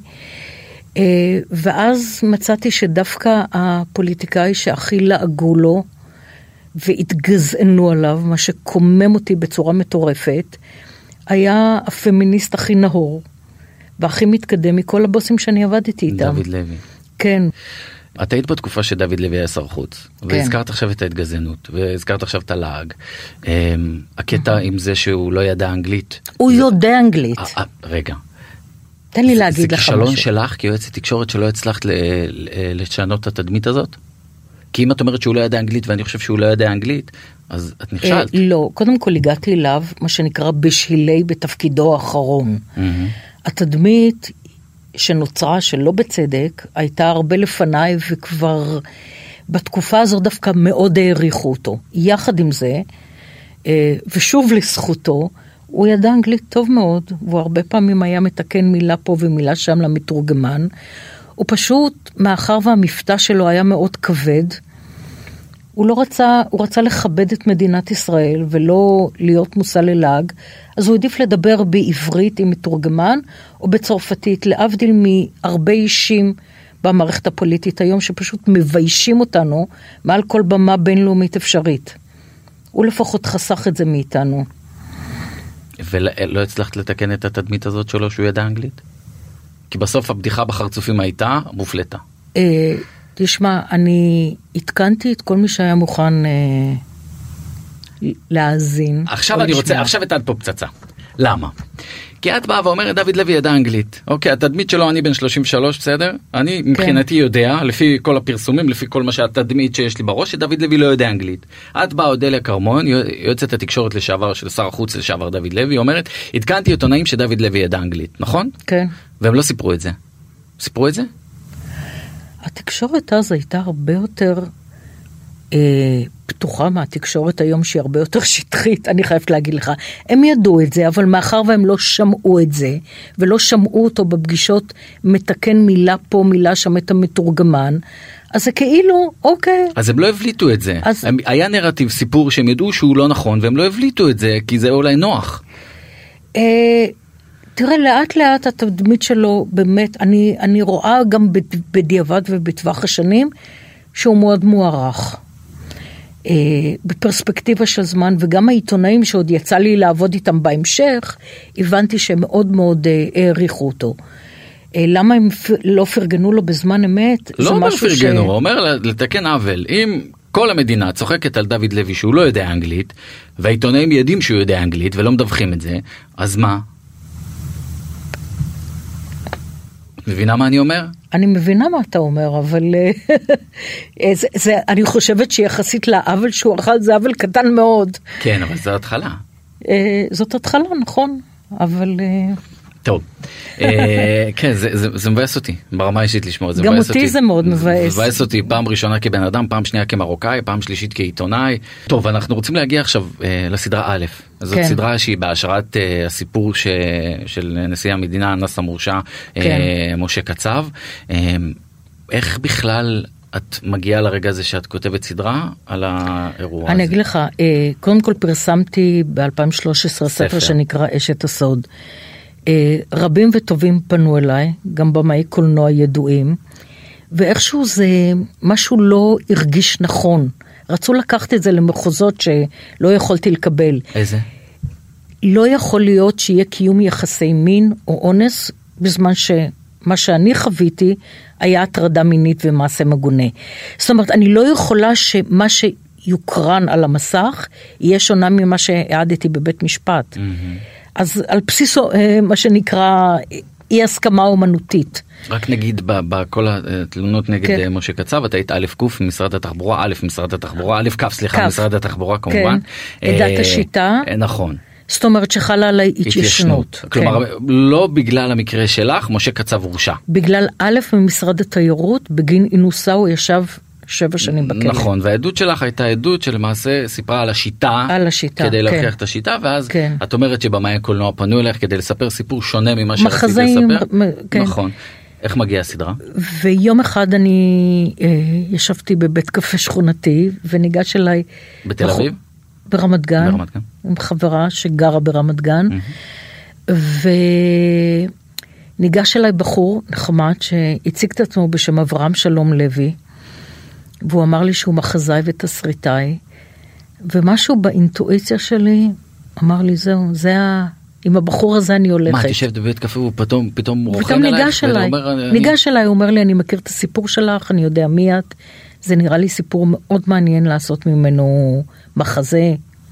ואז מצאתי שדווקא הפוליטיקאי שהכי לעגו לו, והתגזענו עליו, מה שקומם אותי בצורה מטורפת, היה הפמיניסט הכי נהור, והכי מתקדם מכל הבוסים שאני עבדתי איתם. דוד לוי. כן. את היית בתקופה שדוד לוי היה שר חוץ, והזכרת עכשיו את ההתגזענות, והזכרת עכשיו את הלעג. הקטע עם זה שהוא לא ידע אנגלית. הוא יודע אנגלית. רגע. תן לי להגיד לך משהו. זה כישלון שלך כיועצת תקשורת שלא הצלחת לשנות את התדמית הזאת? כי אם את אומרת שהוא לא ידע אנגלית, ואני חושב שהוא לא ידע אנגלית, אז את נכשלת. לא, קודם כל הגעתי אליו, מה שנקרא בשהילי בתפקידו האחרון. התדמית שנוצרה שלא בצדק, הייתה הרבה לפניי, וכבר בתקופה הזו דווקא מאוד העריכו אותו. יחד עם זה, ושוב לזכותו, הוא ידע אנגלית טוב מאוד, והוא הרבה פעמים היה מתקן מילה פה ומילה שם למתורגמן. הוא פשוט, מאחר והמבטא שלו היה מאוד כבד, הוא רצה לכבד את מדינת ישראל, ולא להיות מושא ללעג, אז הוא העדיף לדבר בעברית עם מתורגמן, או בצרפתית, להבדיל מהרבה אישים במערכת הפוליטית היום, שפשוט מביישים אותנו, מעל כל במה בינלאומית אפשרית. הוא לפחות חסך את זה מאיתנו. ולא הצלחת לתקן את התדמית הזאת שלו, שהוא ידע אנגלית? כי בסוף הבדיחה בחרצופים הייתה מופלטה. תשמע, אני התקנתי את כל מי שהיה מוכן להאזין. עכשיו את עד פה פצצה. למה? כי את באה ואומרת, דוד לוי ידע אנגלית. אוקיי, התדמית שלו, אני בן 33, בסדר? אני מבחינתי יודע, לפי כל הפרסומים, לפי כל מה שהתדמית שיש לי בראש, שדוד לוי לא יודע אנגלית. את באה אודליה קרמון, יועצת התקשורת לשעבר של שר החוץ לשעבר דוד לוי, אומרת, התקנתי עיתונאים שדוד לוי ידע אנגלית, נכון? כן. והם לא סיפרו את זה. סיפרו את זה? התקשורת אז הייתה הרבה יותר פתוחה מהתקשורת היום, שהיא הרבה יותר שטחית, אני חייבת להגיד לך. הם ידעו את זה, אבל מאחר והם לא שמעו את זה, ולא שמעו אותו בפגישות, מתקן מילה פה, מילה שם את המתורגמן, אז זה כאילו, אוקיי. אז הם לא הבליטו את זה. היה נרטיב, סיפור שהם ידעו שהוא לא נכון, והם לא הבליטו את זה, כי זה אולי נוח. תראה, לאט לאט התדמית שלו, באמת, אני רואה גם בדיעבד ובטווח השנים, שהוא מאוד מוערך. בפרספקטיבה של זמן, וגם העיתונאים שעוד יצא לי לעבוד איתם בהמשך, הבנתי שהם מאוד מאוד העריכו אותו. למה הם לא פרגנו לו בזמן אמת? לא אומר פרגנו, הוא אומר לתקן עוול. אם כל המדינה צוחקת על דוד לוי שהוא לא יודע אנגלית, והעיתונאים יודעים שהוא יודע אנגלית ולא מדווחים את זה, אז מה? מבינה מה אני אומר? אני מבינה מה אתה אומר, אבל אני חושבת שיחסית לעוול שהוא אכל, זה עוול קטן מאוד. כן, אבל זו התחלה. זאת התחלה, נכון, אבל... טוב, כן, זה מבאס אותי, ברמה אישית לשמוע. גם אותי זה מאוד מבאס. מבאס אותי פעם ראשונה כבן אדם, פעם שנייה כמרוקאי, פעם שלישית כעיתונאי. טוב, אנחנו רוצים להגיע עכשיו לסדרה א', זאת סדרה שהיא בהשראת הסיפור של נשיא המדינה, אנס המורשע, משה קצב. איך בכלל את מגיעה לרגע הזה שאת כותבת סדרה על האירוע הזה? אני אגיד לך, קודם כל פרסמתי ב-2013 ספר שנקרא אשת הסוד. רבים וטובים פנו אליי, גם במאי קולנוע ידועים, ואיכשהו זה משהו לא הרגיש נכון. רצו לקחת את זה למחוזות שלא יכולתי לקבל. איזה? לא יכול להיות שיהיה קיום יחסי מין או אונס, בזמן שמה שאני חוויתי היה הטרדה מינית ומעשה מגונה. זאת אומרת, אני לא יכולה שמה שיוקרן על המסך יהיה שונה ממה שהעדתי בבית משפט. אז על בסיס מה שנקרא אי הסכמה אומנותית. רק נגיד בכל התלונות נגד משה קצב, אתה היית א' קוף משרד התחבורה, א' קף, סליחה, משרד התחבורה כמובן. עדת השיטה. נכון. זאת אומרת שחלה עליי התיישנות. כלומר, לא בגלל המקרה שלך, משה קצב הורשע. בגלל א' ממשרד התיירות, בגין אינוסה הוא ישב 7 שנים בכלא. נכון, והעדות שלך הייתה עדות שלמעשה סיפרה על השיטה, כדי להוכיח את השיטה, ואז את אומרת שבמאי קולנוע פנו אלייך כדי לספר סיפור שונה ממה שרציתי לספר. נכון. איך מגיעה הסדרה? ויום אחד אני ישבתי בבית קפה שכונתי, וניגש אליי... בתל אביב? ברמת גן, עם חברה שגרה ברמת גן, וניגש אליי בחור נחמד שהציג את עצמו בשם אברהם שלום לוי, והוא אמר לי שהוא מחזאי ותסריטאי, ומשהו באינטואיציה שלי אמר לי זהו, עם הבחור הזה אני הולכת. מה, תשב בבית קפה ופתאום רוחן עלייך? ניגש אליי, הוא אומר לי, אני מכיר את הסיפור שלך, אני יודע מי את, זה נראה לי סיפור מאוד מעניין לעשות ממנו מחזה.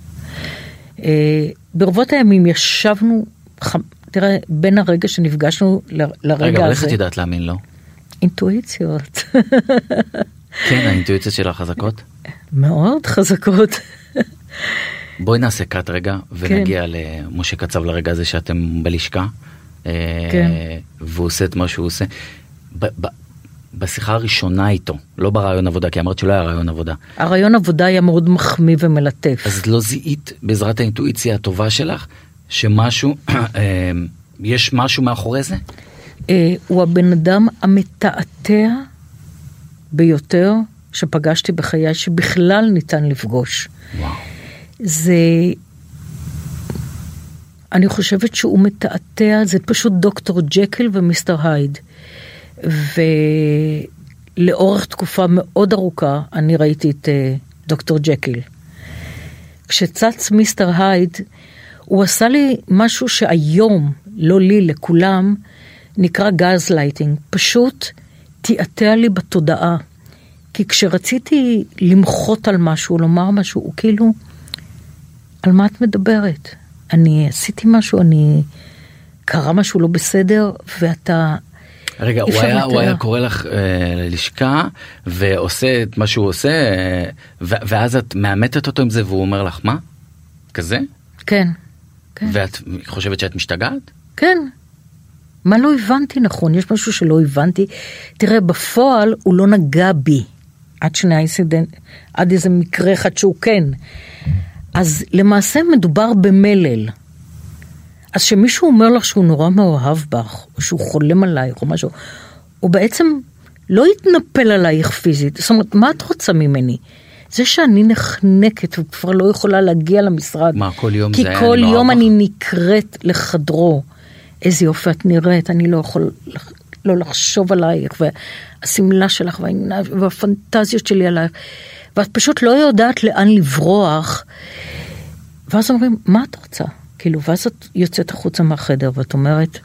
ברבות הימים ישבנו, תראה, בין הרגע שנפגשנו לרגע הזה. רגע, איך את יודעת להאמין לו? אינטואיציות. כן, האינטואיציות שלה חזקות? מאוד חזקות. בואי נעשה קאט רגע, ונגיע למשה קצב לרגע הזה שאתם בלשכה, והוא עושה את מה שהוא עושה. בשיחה הראשונה איתו, לא ברעיון עבודה, כי אמרת שלא היה רעיון עבודה. הרעיון עבודה היה מאוד מחמיא ומלטף. אז לא זיהית בעזרת האינטואיציה הטובה שלך, שמשהו, יש משהו מאחורי זה? הוא הבן אדם המתעתע ביותר שפגשתי בחיי, שבכלל ניתן לפגוש. וואו. אני חושבת שהוא מתעתע, זה פשוט דוקטור ג'קל ומיסטר הייד. ולאורך תקופה מאוד ארוכה אני ראיתי את דוקטור ג'קל. כשצץ מיסטר הייד, הוא עשה לי משהו שהיום, לא לי, לכולם, נקרא גז לייטינג. פשוט תיעתע לי בתודעה. כי כשרציתי למחות על משהו, לומר משהו, הוא כאילו, על מה את מדברת? אני עשיתי משהו, קרה משהו לא בסדר, ואתה... רגע, הוא היה קורא לך ללשכה, ועושה את מה שהוא עושה, ואז את מאמתת אותו עם זה, והוא אומר לך, מה? כזה? כן. ואת חושבת שאת משתגעת? כן. מה לא הבנתי נכון? יש משהו שלא הבנתי. תראה, בפועל הוא לא נגע בי, עד איזה מקרה אחד שהוא כן. אז למעשה מדובר במלל. אז שמישהו אומר לך שהוא נורא מאוהב בך, או שהוא חולם עלייך, או משהו, הוא בעצם לא יתנפל עלייך פיזית. זאת אומרת, מה את רוצה ממני? זה שאני נחנקת, וכבר לא יכולה להגיע למשרד. מה, כל יום זה היה? כי כל יום אני נקראת לחדרו. איזה יופי את נראית, אני לא יכול לא לחשוב עלייך, והסמלה שלך, והפנטזיות שלי עלייך, ואת פשוט לא יודעת לאן לברוח, ואז אומרים, מה את רוצה? כאילו, ואז את יוצאת החוצה מהחדר, ואת אומרת,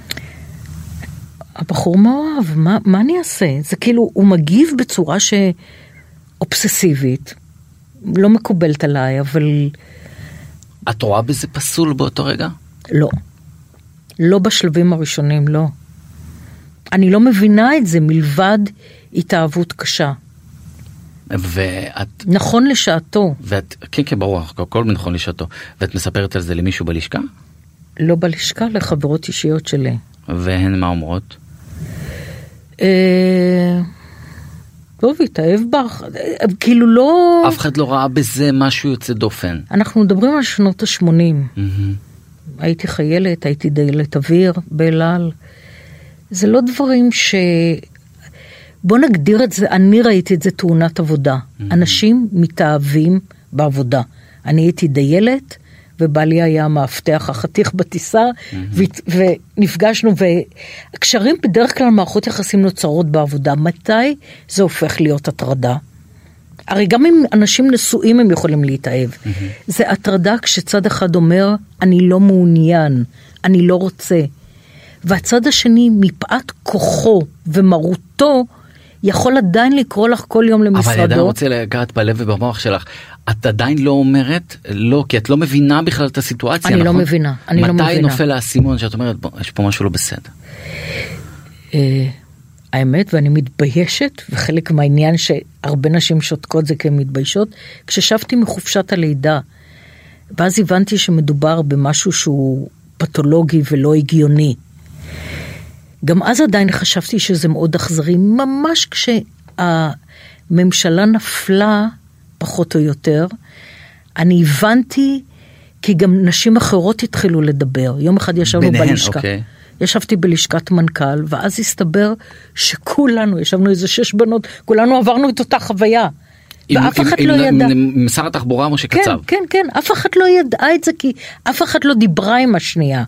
הבחור מאוהב, מה אני אעשה? זה כאילו, הוא מגיב בצורה שאובססיבית, לא מקובלת עליי, אבל... את רואה בזה פסול באותו רגע? לא. לא בשלבים הראשונים, לא. אני לא מבינה את זה מלבד התאהבות קשה. ואת... נכון לשעתו. כן, ברור, הכל נכון לשעתו. ואת מספרת על זה למישהו בלשכה? לא בלשכה, לחברות אישיות שלי. והן מה אומרות? טוב, התאהב בך. כאילו לא... אף אחד לא ראה בזה משהו יוצא דופן. אנחנו מדברים על שנות ה-80. הייתי חיילת, הייתי דיילת אוויר, באלעל. זה לא דברים ש... בוא נגדיר את זה, אני ראיתי את זה תאונת עבודה. אנשים מתאהבים בעבודה. אני הייתי דיילת, ובעלי היה מאבטח החתיך בטיסה, ונפגשנו, והקשרים בדרך כלל מערכות יחסים נוצרות בעבודה. מתי זה הופך להיות הטרדה? הרי גם אם אנשים נשואים הם יכולים להתאהב. זה הטרדה כשצד אחד אומר, אני לא מעוניין, אני לא רוצה. והצד השני, מפאת כוחו ומרותו, יכול עדיין לקרוא לך כל יום למשרדו. אבל אני עדיין רוצה לגעת בלב ובמוח שלך. את עדיין לא אומרת, לא, כי את לא מבינה בכלל את הסיטואציה, אני נכון? לא מבינה, אני לא מבינה. מתי נופל האסימון שאת אומרת, בוא, יש פה משהו לא בסדר? האמת, ואני מתביישת, וחלק מהעניין שהרבה נשים שותקות זה כי הן מתביישות, כששבתי מחופשת הלידה, ואז הבנתי שמדובר במשהו שהוא פתולוגי ולא הגיוני. גם אז עדיין חשבתי שזה מאוד אכזרי, ממש כשהממשלה נפלה, פחות או יותר, אני הבנתי, כי גם נשים אחרות התחילו לדבר. יום אחד ישבנו בלשכה. אוקיי. ישבתי בלשכת מנכ"ל, ואז הסתבר שכולנו, ישבנו איזה 6 בנות, כולנו עברנו את אותה חוויה. ואף אחד לא ידע. עם שר התחבורה משה קצב. כן, כן, כן. אף אחד לא ידעה את זה, כי אף אחד לא דיברה עם השנייה.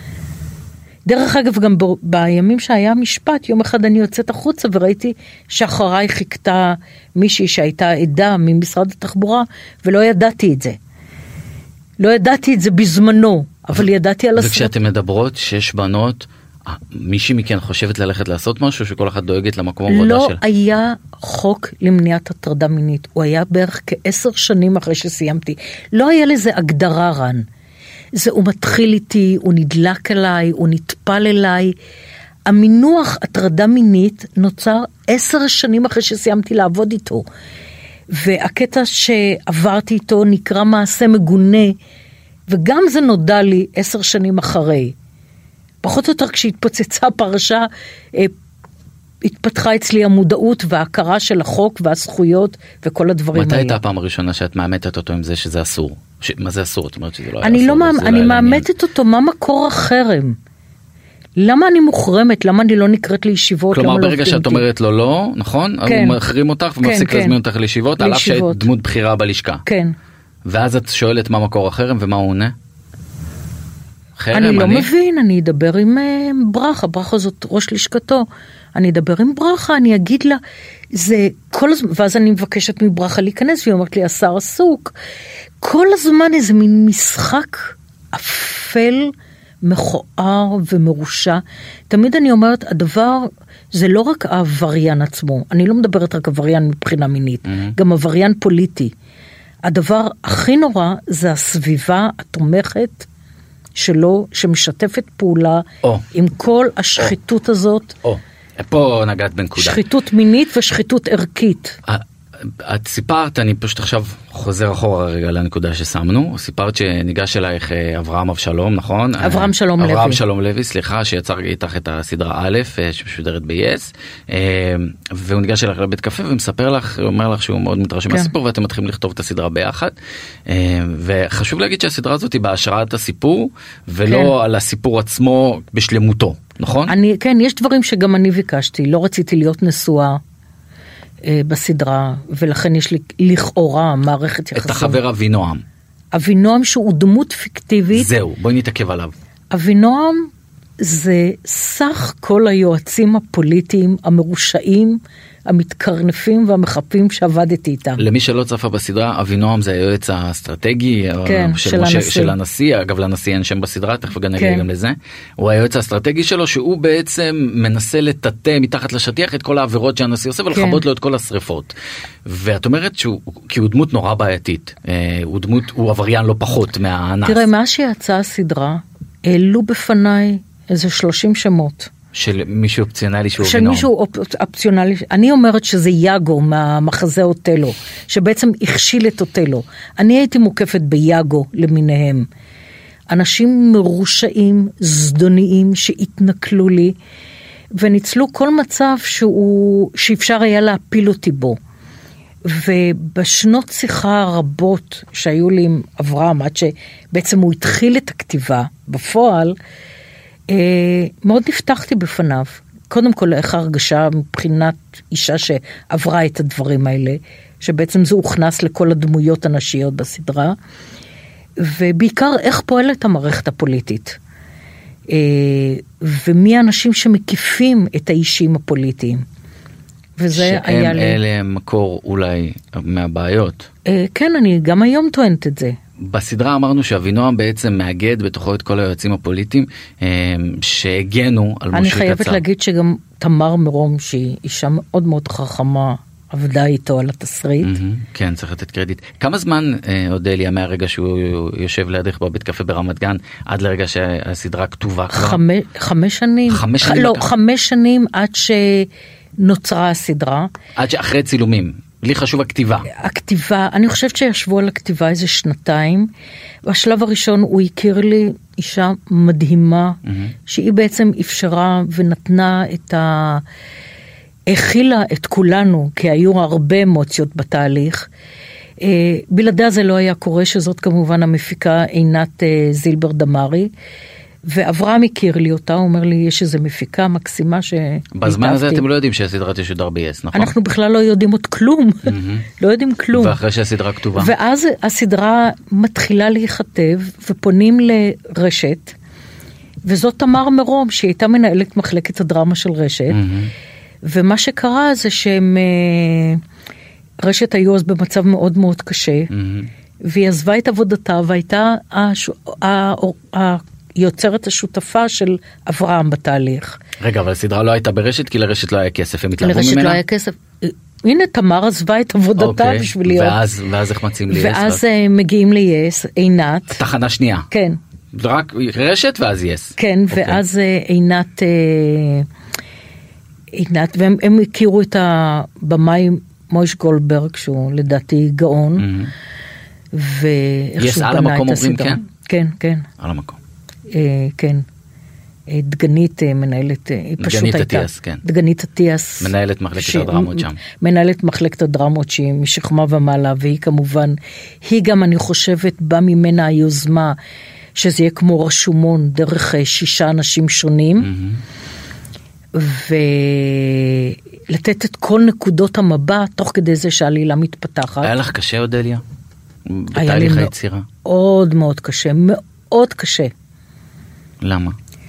דרך אגב, גם בימים שהיה משפט, יום אחד אני יוצאת החוצה, וראיתי שאחריי חיכתה מישהי שהייתה עדה ממשרד התחבורה, ולא ידעתי את זה. לא ידעתי את זה בזמנו, אבל ידעתי על הסרט. וכשאתם מדברות 6 בנות, מישהי מכן חושבת ללכת לעשות משהו, שכל אחת דואגת למקום עבודה שלה? לא היה חוק למניעת הטרדה מינית, הוא היה בערך כ10 שנים אחרי שסיימתי. לא היה לזה הגדרה רן. הוא מתחיל איתי, הוא נדלק אליי, הוא נטפל אליי. המינוח הטרדה מינית נוצר 10 שנים אחרי שסיימתי לעבוד איתו. והקטע שעברתי איתו נקרא מעשה מגונה, וגם זה נודע לי 10 שנים אחרי. פחות או יותר כשהתפוצצה הפרשה, התפתחה אצלי המודעות וההכרה של החוק והזכויות וכל הדברים האלה. מתי הייתה הפעם הראשונה שאת מאמתת אותו עם זה שזה אסור? מה זה אסור? את אומרת שזה לא היה אסור. אני מאמתת אותו, מה מקור החרם? למה אני מוחרמת? למה אני לא נקראת לישיבות? כלומר, ברגע שאת אומרת לו לא, נכון? הוא מחרים אותך ומפסיק להזמין אותך לישיבות, על אף שהיית דמות בחירה בלשכה. כן. ואז את שואלת מה מקור החרם ומה הוא עונה? אני לא מבין, אני אדבר עם ברכה, ברכה זאת ראש לשכתו, אני אדבר עם ברכה, אני אגיד לה, זה כל הזמן, ואז אני מבקשת מברכה להיכנס, והיא אומרת לי, השר עסוק, כל הזמן איזה מין משחק אפל, מכוער ומרושע. תמיד אני אומרת, הדבר, זה לא רק העבריין עצמו, אני לא מדברת רק עבריין מבחינה מינית, גם עבריין פוליטי. הדבר הכי נורא זה הסביבה התומכת, שלו, שמשתפת פעולה עם כל השחיתות הזאת. פה נגעת בנקודה. שחיתות מינית ושחיתות ערכית. את סיפרת, אני פשוט עכשיו חוזר אחורה רגע לנקודה ששמנו, סיפרת שניגש אלייך אברהם אבשלום, נכון? אברהם שלום לוי. אברהם שלום לוי, סליחה, שיצר איתך את הסדרה א', שמשודרת ב-yes, והוא ניגש אלייך לבית קפה ומספר לך, הוא אומר לך שהוא מאוד מתרשם מהסיפור, ואתם מתחילים לכתוב את הסדרה ביחד, וחשוב להגיד שהסדרה הזאת היא בהשראת הסיפור, ולא על הסיפור עצמו בשלמותו, נכון? כן, יש דברים שגם אני ביקשתי, לא רציתי להיות נשואה, בסדרה, ולכן יש לי לכאורה מערכת יחסים. את החבר אבינועם. אבינועם שהוא דמות פיקטיבית. זהו, בואי נתעכב עליו. אבינועם זה סך כל היועצים הפוליטיים המרושעים, המתקרנפים והמחפים שעבדתי איתם. למי שלא צפה בסדרה, אבינועם זה היועץ האסטרטגי, כן, של הנשיא, אגב לנשיא אין שם בסדרה, תכף נגיע גם לזה, הוא היועץ האסטרטגי שלו, שהוא בעצם מנסה לטאטא מתחת לשטיח את כל העבירות שהנשיא עושה, ולחבות לו את כל השריפות. ואת אומרת כי הוא דמות נורא בעייתית, הוא עבריין לא פחות מהאנס. תראה, מה שיצאה הסדרה, העלו בפניי איזה 30 שמות. של מישהו אופציונלי שהוא של מישהו אופציונלי, אני אומרת שזה יאגו מהמחזה אוטלו, שבעצם הכשיל את אוטלו. אני הייתי מוקפת ביאגו למיניהם. אנשים מרושעים, זדוניים, שהתנכלו לי, וניצלו כל מצב שאפשר היה להפיל אותי בו. ובשנות שיחה הרבות שהיו לי עם אברהם, עד שבעצם הוא התחיל את הכתיבה בפועל, מאוד נפתחתי בפניו. קודם כל, איך הרגשה מבחינת אישה שעברה את הדברים האלה, שבעצם זה הוכנס לכל הדמויות הנשיות בסדרה, ובעיקר איך פועלת המערכת הפוליטית. ומי האנשים שמקיפים את האישים הפוליטיים. וזה היה לי... שהם אלה מקור אולי מהבעיות. כן, אני גם היום טוענת את זה. בסדרה אמרנו שאבינועם בעצם מאגד בתוכו את כל היועצים הפוליטיים שהגנו על משה קצר. אני חייבת להגיד שגם תמר מרום, שהיא אישה מאוד מאוד חכמה, עבדה איתו על התסריט. כן, צריך לתת קרדיט. כמה זמן, אודליה, מהרגע שהוא יושב לידך בבית קפה ברמת גן, עד לרגע שהסדרה כתובה כבר? 5 שנים. 5 שנים? לא, 5 שנים עד שנוצרה הסדרה. עד שאחרי צילומים. לי חשוב הכתיבה. הכתיבה, אני חושבת שישבו על הכתיבה איזה 2. בשלב הראשון הוא הכיר לי אישה מדהימה, שהיא בעצם אפשרה ונתנה את הכילה את כולנו, כי היו הרבה אמוציות בתהליך. בלעדיה זה לא היה קורה, שזאת כמובן המפיקה עינת זילבר דמרי, ואברהם הכיר לי אותה, הוא אומר לי, יש איזו מפיקה מקסימה שהתאהבתי. בזמן הזה אתם לא יודעים שהסדרה תשודר ב-yes, נכון? אנחנו בכלל לא יודעים עוד כלום, לא יודעים כלום. ואחרי שהסדרה כתובה. ואז הסדרה מתחילה להיכתב, ופונים לרשת, וזאת תמר מרום, שהיא הייתה מנהלת מחלקת הדרמה של רשת, ומה שקרה זה שהם, רשת היו אז במצב מאוד מאוד קשה, והיא עזבה את עבודתה, והייתה יוצרת השותפה של אברהם בתהליך. רגע, אבל הסדרה לא הייתה ברשת, כי לרשת לא היה כסף, הם התלהבו ממנה? לרשת לא היה כסף. הנה, תמר עזבה את עבודתה בשביל להיות. ואז איך מציעים לי יס? ואז מגיעים לי-יס, עינת. תחנה שנייה. כן. רק רשת ואז יס. כן, ואז עינת, והם הכירו את הבמאי מויש גולדברג, שהוא לדעתי גאון, ואיך שהוא בנה את הסדרה. כן, כן. על המקום. כן. דגנית מנהלת, דגנית אטיאס, כן. דגנית אטיאס. מנהלת מחלקת הדרמות שם. מנהלת מחלקת הדרמות שהיא משכמה ומעלה, והיא כמובן, היא גם אני חושבת בא ממנה היוזמה, שזה יהיה כמו רשומון דרך 6 אנשים שונים, ולתת את כל נקודות המבט, תוך כדי זה שהעלילה מתפתחת. היה לך קשה, אודליה? בתהליך היצירה? מאוד מאוד קשה, מאוד קשה. למה?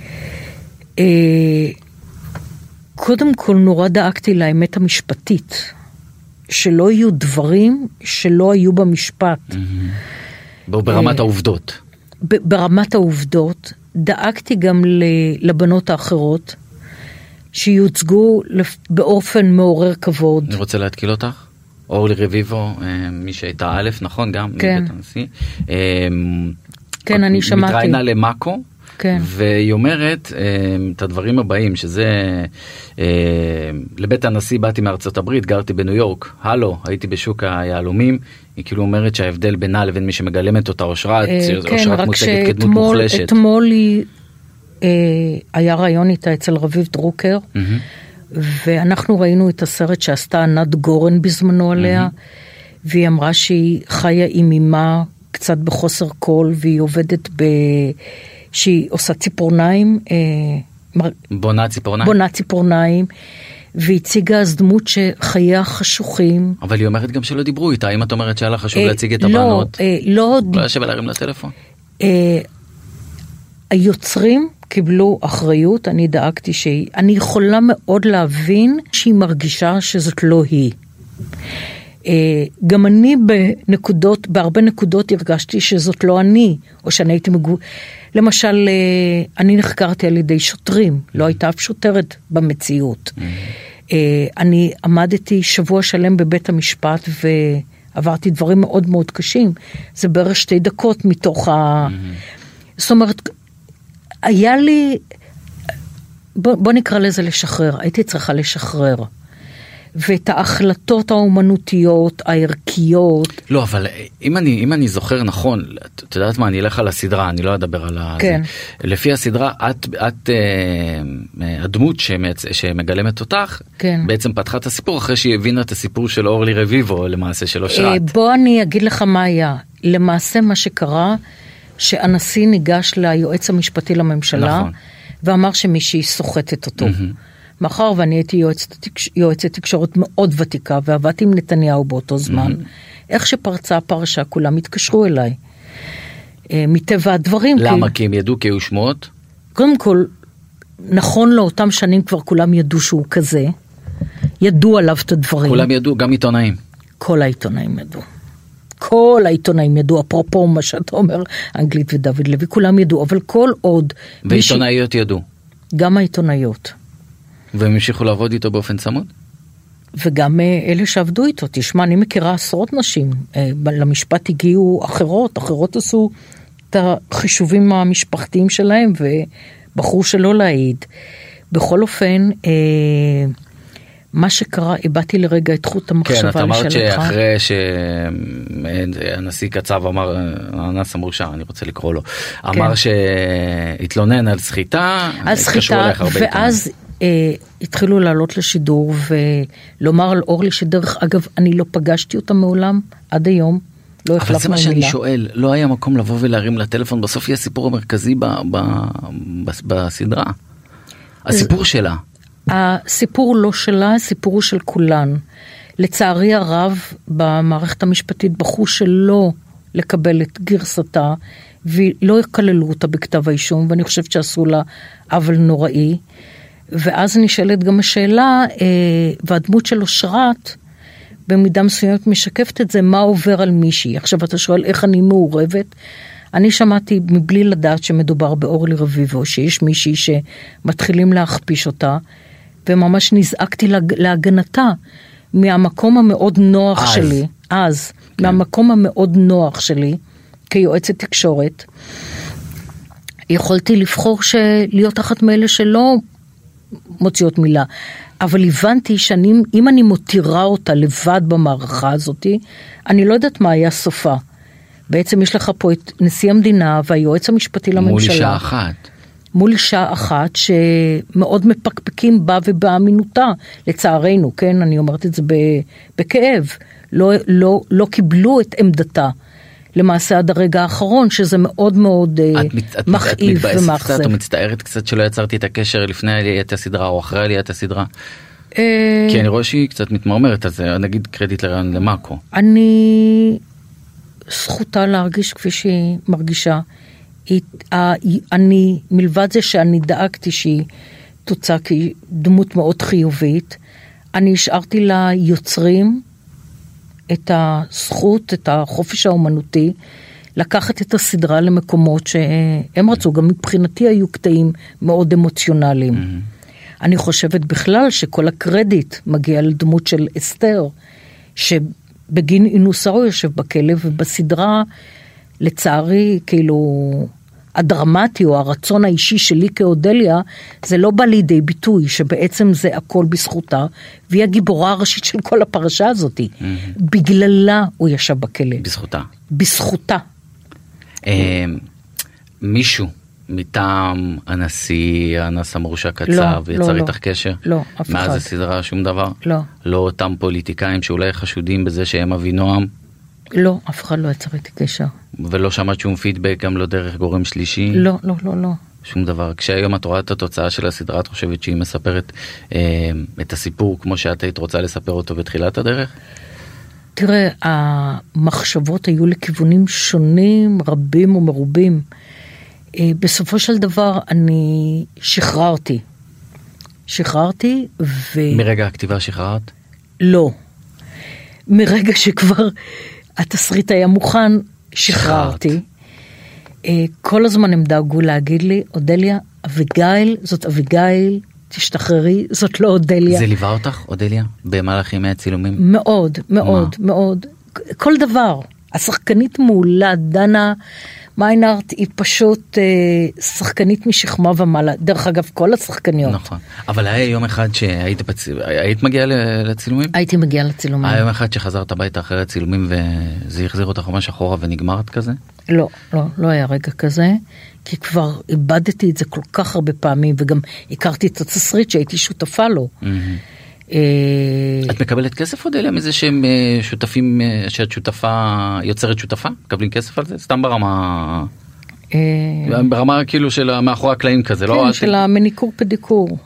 קודם כל נורא דאגתי לאמת המשפטית, שלא יהיו דברים שלא היו במשפט. ברמת העובדות. ברמת העובדות, דאגתי גם לבנות האחרות, שיוצגו באופן מעורר כבוד. אני רוצה להתקיל אותך. אורלי רביבו, מי שהייתה א', נכון? גם כן. מבית הנשיא. כן, אני שמעתי. מתראיינה למאקו. כן. והיא אומרת את הדברים הבאים, שזה לבית הנשיא באתי מארצות הברית, גרתי בניו יורק, הלו, הייתי בשוק היהלומים, היא כאילו אומרת שההבדל בינה לבין מי שמגלמת אותה אושרת, אושרת מוצגת כדמות מוחלשת. אתמול היה רעיון איתה אצל רביב דרוקר, ואנחנו ראינו את הסרט שעשתה ענת גורן בזמנו עליה, והיא אמרה שהיא חיה עם אימה קצת בחוסר קול, והיא עובדת שהיא עושה ציפורניים, בונה ציפורניים? בונה ציפורניים, והציגה אז דמות שחייה חשוכים. אבל היא אומרת גם שלא דיברו איתה, אם את אומרת שהיה לה חשוב להציג את הבנות, לא שווה להרים לטלפון. היוצרים קיבלו אחריות, אני דאגתי אני יכולה מאוד להבין שהיא מרגישה שזאת לא היא. גם אני בהרבה נקודות הרגשתי שזאת לא אני, או שאני הייתי למשל, אני נחקרתי על ידי שוטרים, לא הייתה אף שוטרת במציאות. אני עמדתי שבוע שלם בבית המשפט, ועברתי דברים מאוד מאוד קשים. זה בערך 2 דקות מתוך זאת אומרת, היה לי, בוא נקרא לזה לשחרר, הייתי צריכה לשחרר. ואת ההחלטות האומנותיות, הערכיות. לא, אבל אם אני זוכר נכון, את יודעת מה, אני אלך על הסדרה, אני לא אדבר על כן. זה. לפי הסדרה, את הדמות שמגלמת אותך, כן. בעצם פתחה את הסיפור, אחרי שהיא הבינה את הסיפור של אורלי רביבו, למעשה של אושרת. בוא אני אגיד לך מה היה. למעשה מה שקרה, שהנשיא ניגש ליועץ המשפטי לממשלה, נכון. ואמר שמישהי סוחטת אותו. מאחר ואני הייתי יועצת תקשורת מאוד ותיקה, ועבדתי עם נתניהו באותו זמן, איך שפרצה הפרשה, כולם התקשרו אליי. מטבע הדברים. למה? כי הם ידעו כי היו שמועות? קודם כל, נכון לאותם שנים כבר כולם ידעו שהוא כזה. ידעו עליו את הדברים. כולם ידעו, גם עיתונאים. כל העיתונאים ידעו. כל העיתונאים ידעו, אפרופו מה שאתה אומר, אנגלית ודוד לוי, כולם ידעו, אבל כל עוד... ועיתונאיות ידעו. גם העיתונאיות. והם המשיכו לעבוד איתו באופן צמוד? וגם אלה שעבדו איתו, תשמע, אני מכירה עשרות נשים, למשפט הגיעו אחרות עשו את החישובים המשפחתיים שלהם, ובחרו שלא להעיד. בכל אופן, מה שקרה, הבאתי לרגע את חוט המחשבה לשאלתך. כן, את אמרת שאחרי שהנשיא קצב אמר, הנס המורשע, אני רוצה לקרוא לו, אמר שהתלונן על סחיטה, התקשרו אליך הרבה עיתונאים. ואז התחילו לעלות לשידור ולומר על אורלי שדרך אגב אני לא פגשתי אותה מעולם עד היום, לא החלפנו מילה. אבל זה מה שאני שואל, לא היה מקום לבוא ולהרים לטלפון, בסוף יהיה הסיפור המרכזי בסדרה, הסיפור שלה. הסיפור לא שלה, הסיפור הוא של כולן. לצערי הרב במערכת המשפטית בחרו שלא לקבל את גרסתה ולא יכללו אותה בכתב האישום, ואני חושבת שעשו לה עוול נוראי. ואז נשאלת גם השאלה, והדמות של אושרת, במידה מסוימת משקפת את זה, מה עובר על מישהי. עכשיו אתה שואל איך אני מעורבת, אני שמעתי מבלי לדעת שמדובר באורלי רביבו, שיש מישהי שמתחילים להכפיש אותה, וממש נזעקתי להגנתה, מהמקום המאוד נוח שלי, מהמקום המאוד נוח שלי, כיועצת תקשורת, יכולתי לבחור להיות אחת מאלה שלא מוציאות מילה, אבל הבנתי שאם אני מותירה אותה לבד במערכה הזאת, אני לא יודעת מה היה סופה. בעצם יש לך פה את נשיא המדינה והיועץ המשפטי לממשלה. מול אישה אחת. מול אישה אחת שמאוד מפקפקים בה ובאמינותה, לצערנו, כן, אני אומרת את זה בכאב, לא קיבלו את עמדתה. למעשה עד הרגע האחרון, שזה מאוד מאוד מכאיב ומאכזב. את מתבאסת קצת או מצטערת קצת שלא יצרתי את הקשר לפני עליית הסדרה או אחרי עליית הסדרה? כי אני רואה שהיא קצת מתמרמרת, אז נגיד קרדיט לרעיון למאקו. אני זכותה להרגיש כפי שהיא מרגישה. אני, מלבד זה שאני דאגתי שהיא תוצא כדמות מאוד חיובית, אני השארתי ליוצרים את הזכות, את החופש האומנותי, לקחת את הסדרה למקומות שהם רצו, גם מבחינתי היו קטעים מאוד אמוציונליים. אני חושבת בכלל שכל הקרדיט מגיע לדמות של אסתר, שבגין אינוסרו יושב בכלא, ובסדרה, לצערי, כאילו, הדרמטי או הרצון האישי שלי כאודליה, זה לא בא לידי ביטוי, שבעצם זה הכל בזכותה, והיא הגיבורה הראשית של כל הפרשה הזאת. בגללה הוא ישב בכלא. בזכותה. בזכותה. מישהו מטעם הנשיא, הנס המורשע קצב, ויצר איתך קשר? לא, אף אחד. מאז הסדרה שום דבר? לא. לא אותם פוליטיקאים שאולי חשודים בזה שהם אבינועם? לא, אף אחד לא יצר איתי קשר. ולא שמעת שום פידבק גם לא דרך גורם שלישי? לא, לא, לא, לא. שום דבר. כשהיום את רואה את התוצאה של הסדרה, את חושבת שהיא מספרת את הסיפור כמו שאת היית רוצה לספר אותו בתחילת הדרך? תראה, המחשבות היו לכיוונים שונים, רבים ומרובים. בסופו של דבר אני שחררתי מרגע הכתיבה שחררת? לא. מרגע שכבר התסריט היה מוכן, שחררתי. כל הזמן הם דאגו להגיד לי, אודליה, אביגיל, זאת אביגיל, תשתחררי, זאת לא אודליה. זה ליווה אותך, אודליה, במהלך ימי הצילומים? מאוד, מאוד, מאוד. כל דבר. השחקנית מעולה, דנה מיינארט, היא פשוט שחקנית משכמה ומעלה. דרך אגב, כל השחקניות. נכון. אבל היה יום אחד שהיית היית מגיעה לצילומים? הייתי מגיעה לצילומים. היה יום אחד שחזרת הביתה אחרי הצילומים וזה החזיר אותך ממש אחורה ונגמרת כזה? לא, לא, לא היה רגע כזה, כי כבר איבדתי את זה כל כך הרבה פעמים, וגם הכרתי את התסריט שהייתי שותפה לו. את מקבלת כסף עוד אליה מזה שהם שותפים, שאת שותפה, יוצרת שותפה? מקבלים כסף על זה? סתם ברמה כאילו של מאחורי הקלעים כזה, לא? כן, של המניקור פדיקור.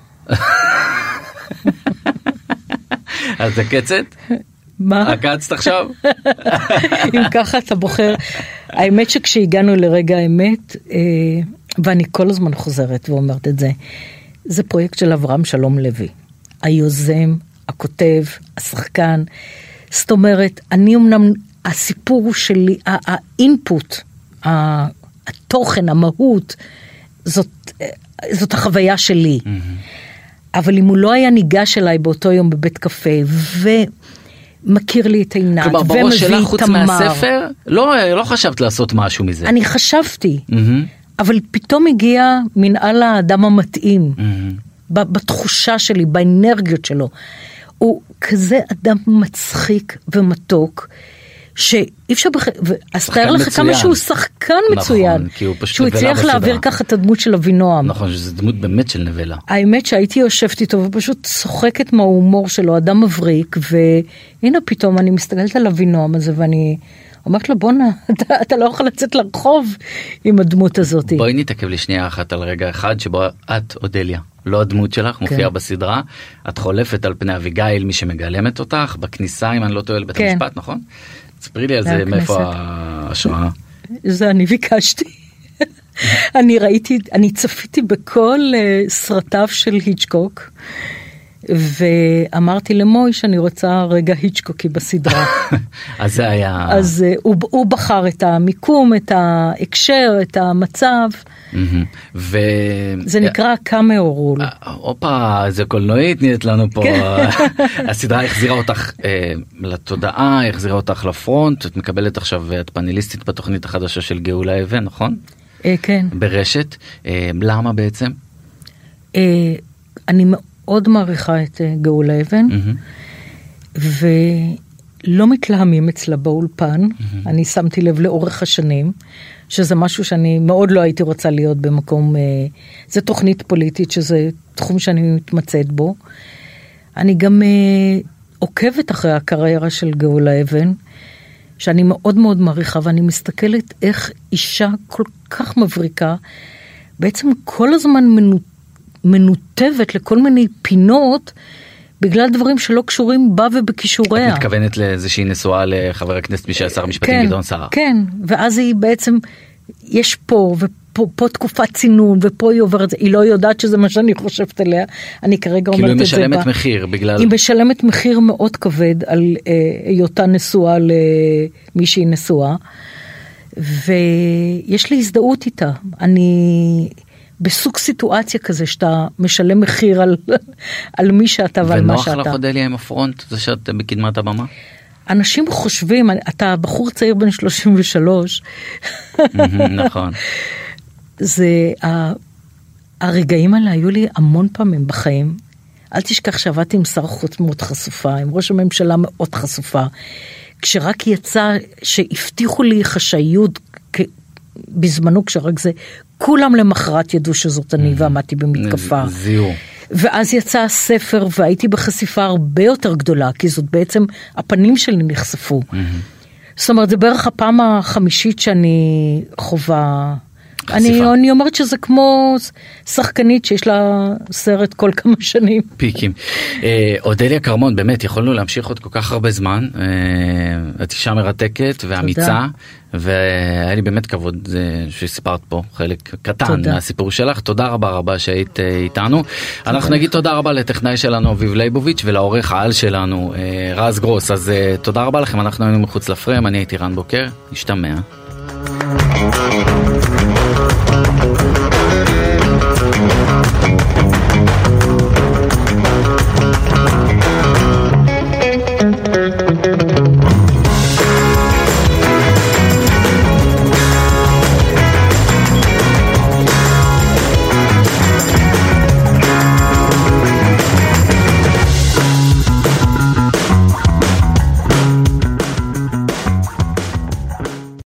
אז זה קצת? מה? עקצת עכשיו? אם ככה אתה בוחר. האמת שכשהגענו לרגע האמת, ואני כל הזמן חוזרת ואומרת את זה, זה פרויקט של אברהם שלום לוי. היוזם, הכותב, השחקן. זאת אומרת, אני אמנם, הסיפור שלי, האינפוט, התוכן, המהות, זאת החוויה שלי. אבל אם הוא לא היה ניגש אליי באותו יום בבית קפה, ומכיר לי את עינת, כלומר, בראש שלך חוץ מהספר, לא חשבת לעשות משהו מזה. אני חשבתי, אבל פתאום הגיע מנהל האדם המתאים, בתחושה שלי, באנרגיות שלו. הוא כזה אדם מצחיק ומתוק, שאי אפשר אז תאר לך כמה שהוא שחקן מצוין, שהוא הצליח להעביר ככה את הדמות של אבינועם. נכון, שזו דמות באמת של נבלה. האמת שהייתי יושבת איתו ופשוט צוחקת מההומור שלו, אדם מבריק, והנה פתאום אני מסתכלת על אבינועם הזה ואני אומרת לו, בונה, אתה לא יכול לצאת לרחוב עם הדמות הזאת. בואי נתעכב לי שנייה אחת על רגע אחד שבו את, אודליה, לא הדמות שלך, מופיעה בסדרה, את חולפת על פני אביגיל, מי שמגלמת אותך, בכניסה, אם אני לא טועה, לבית המשפט, נכון? תספרי לי על זה, מאיפה ההשראה? זה אני ביקשתי. אני צפיתי בכל סרטיו של היצ'קוק, ואמרתי למוי שאני רוצה רגע היצ'קוקי בסדרה. אז זה היה... אז הוא בחר את המיקום, את ההקשר, את המצב. זה נקרא קאמאו רול. אופה, זה קולנועית נהיית לנו פה. הסדרה החזירה אותך לתודעה, החזירה אותך לפרונט, את מקבלת עכשיו, את פאנליסטית בתוכנית החדשה של גאולה אבן, נכון? כן. ברשת. למה בעצם? אני מאוד מעריכה את גאולה אבן, ולא מתלהמים אצלה באולפן, אני שמתי לב לאורך השנים, שזה משהו שאני מאוד לא הייתי רוצה להיות במקום, זה תוכנית פוליטית, שזה תחום שאני מתמצאת בו. אני גם עוקבת אחרי הקריירה של גאולה אבן, שאני מאוד מאוד מעריכה, ואני מסתכלת איך אישה כל כך מבריקה, בעצם כל הזמן מנותבת לכל מיני פינות, בגלל דברים שלא קשורים בה ובכישוריה. את מתכוונת לזה שהיא נשואה לחבר הכנסת מי שהיה שר המשפטים גדעון סער. כן, ואז היא בעצם, יש פה ופה תקופת צינון, ופה היא עוברת, היא לא יודעת שזה מה שאני חושבת עליה, אני כרגע אומרת את זה. כאילו היא משלמת מחיר בגלל... היא משלמת מחיר מאוד כבד על היותה נשואה למי שהיא נשואה, ויש לי הזדהות איתה. אני... בסוג סיטואציה כזה שאתה משלם מחיר על מי שאתה ועל מה שאתה. ונוח לך אודליה עם הפרונט, זה שאת בקדמת הבמה? אנשים חושבים, אתה בחור צעיר בן 33. נכון. זה, הרגעים האלה היו לי המון פעמים בחיים. אל תשכח שעבדתי עם שר חוץ מאוד חשופה, עם ראש הממשלה מאוד חשופה. כשרק יצא שהבטיחו לי חשאיות בזמנו, כשרק זה, כולם למחרת ידעו שזאת אני ועמדתי במתקפה. זיהו. ואז יצא הספר והייתי בחשיפה הרבה יותר גדולה, כי זאת בעצם הפנים שלי נחשפו. זאת אומרת, זה בערך הפעם החמישית שאני חובה. אני אומרת שזה כמו שחקנית שיש לה סרט כל כמה שנים. פיקים. אודליה קרמון, באמת, יכולנו להמשיך עוד כל כך הרבה זמן. את אישה מרתקת ואמיצה, והיה לי באמת כבוד שסיפרת פה חלק קטן מהסיפור שלך. תודה רבה שהיית איתנו. אנחנו נגיד תודה רבה לטכנאי שלנו אביב ליבוביץ' ולעורך העל שלנו רז גרוס. אז תודה רבה לכם, אנחנו היינו מחוץ לפריים, אני הייתי רן בוקר, נשתמע.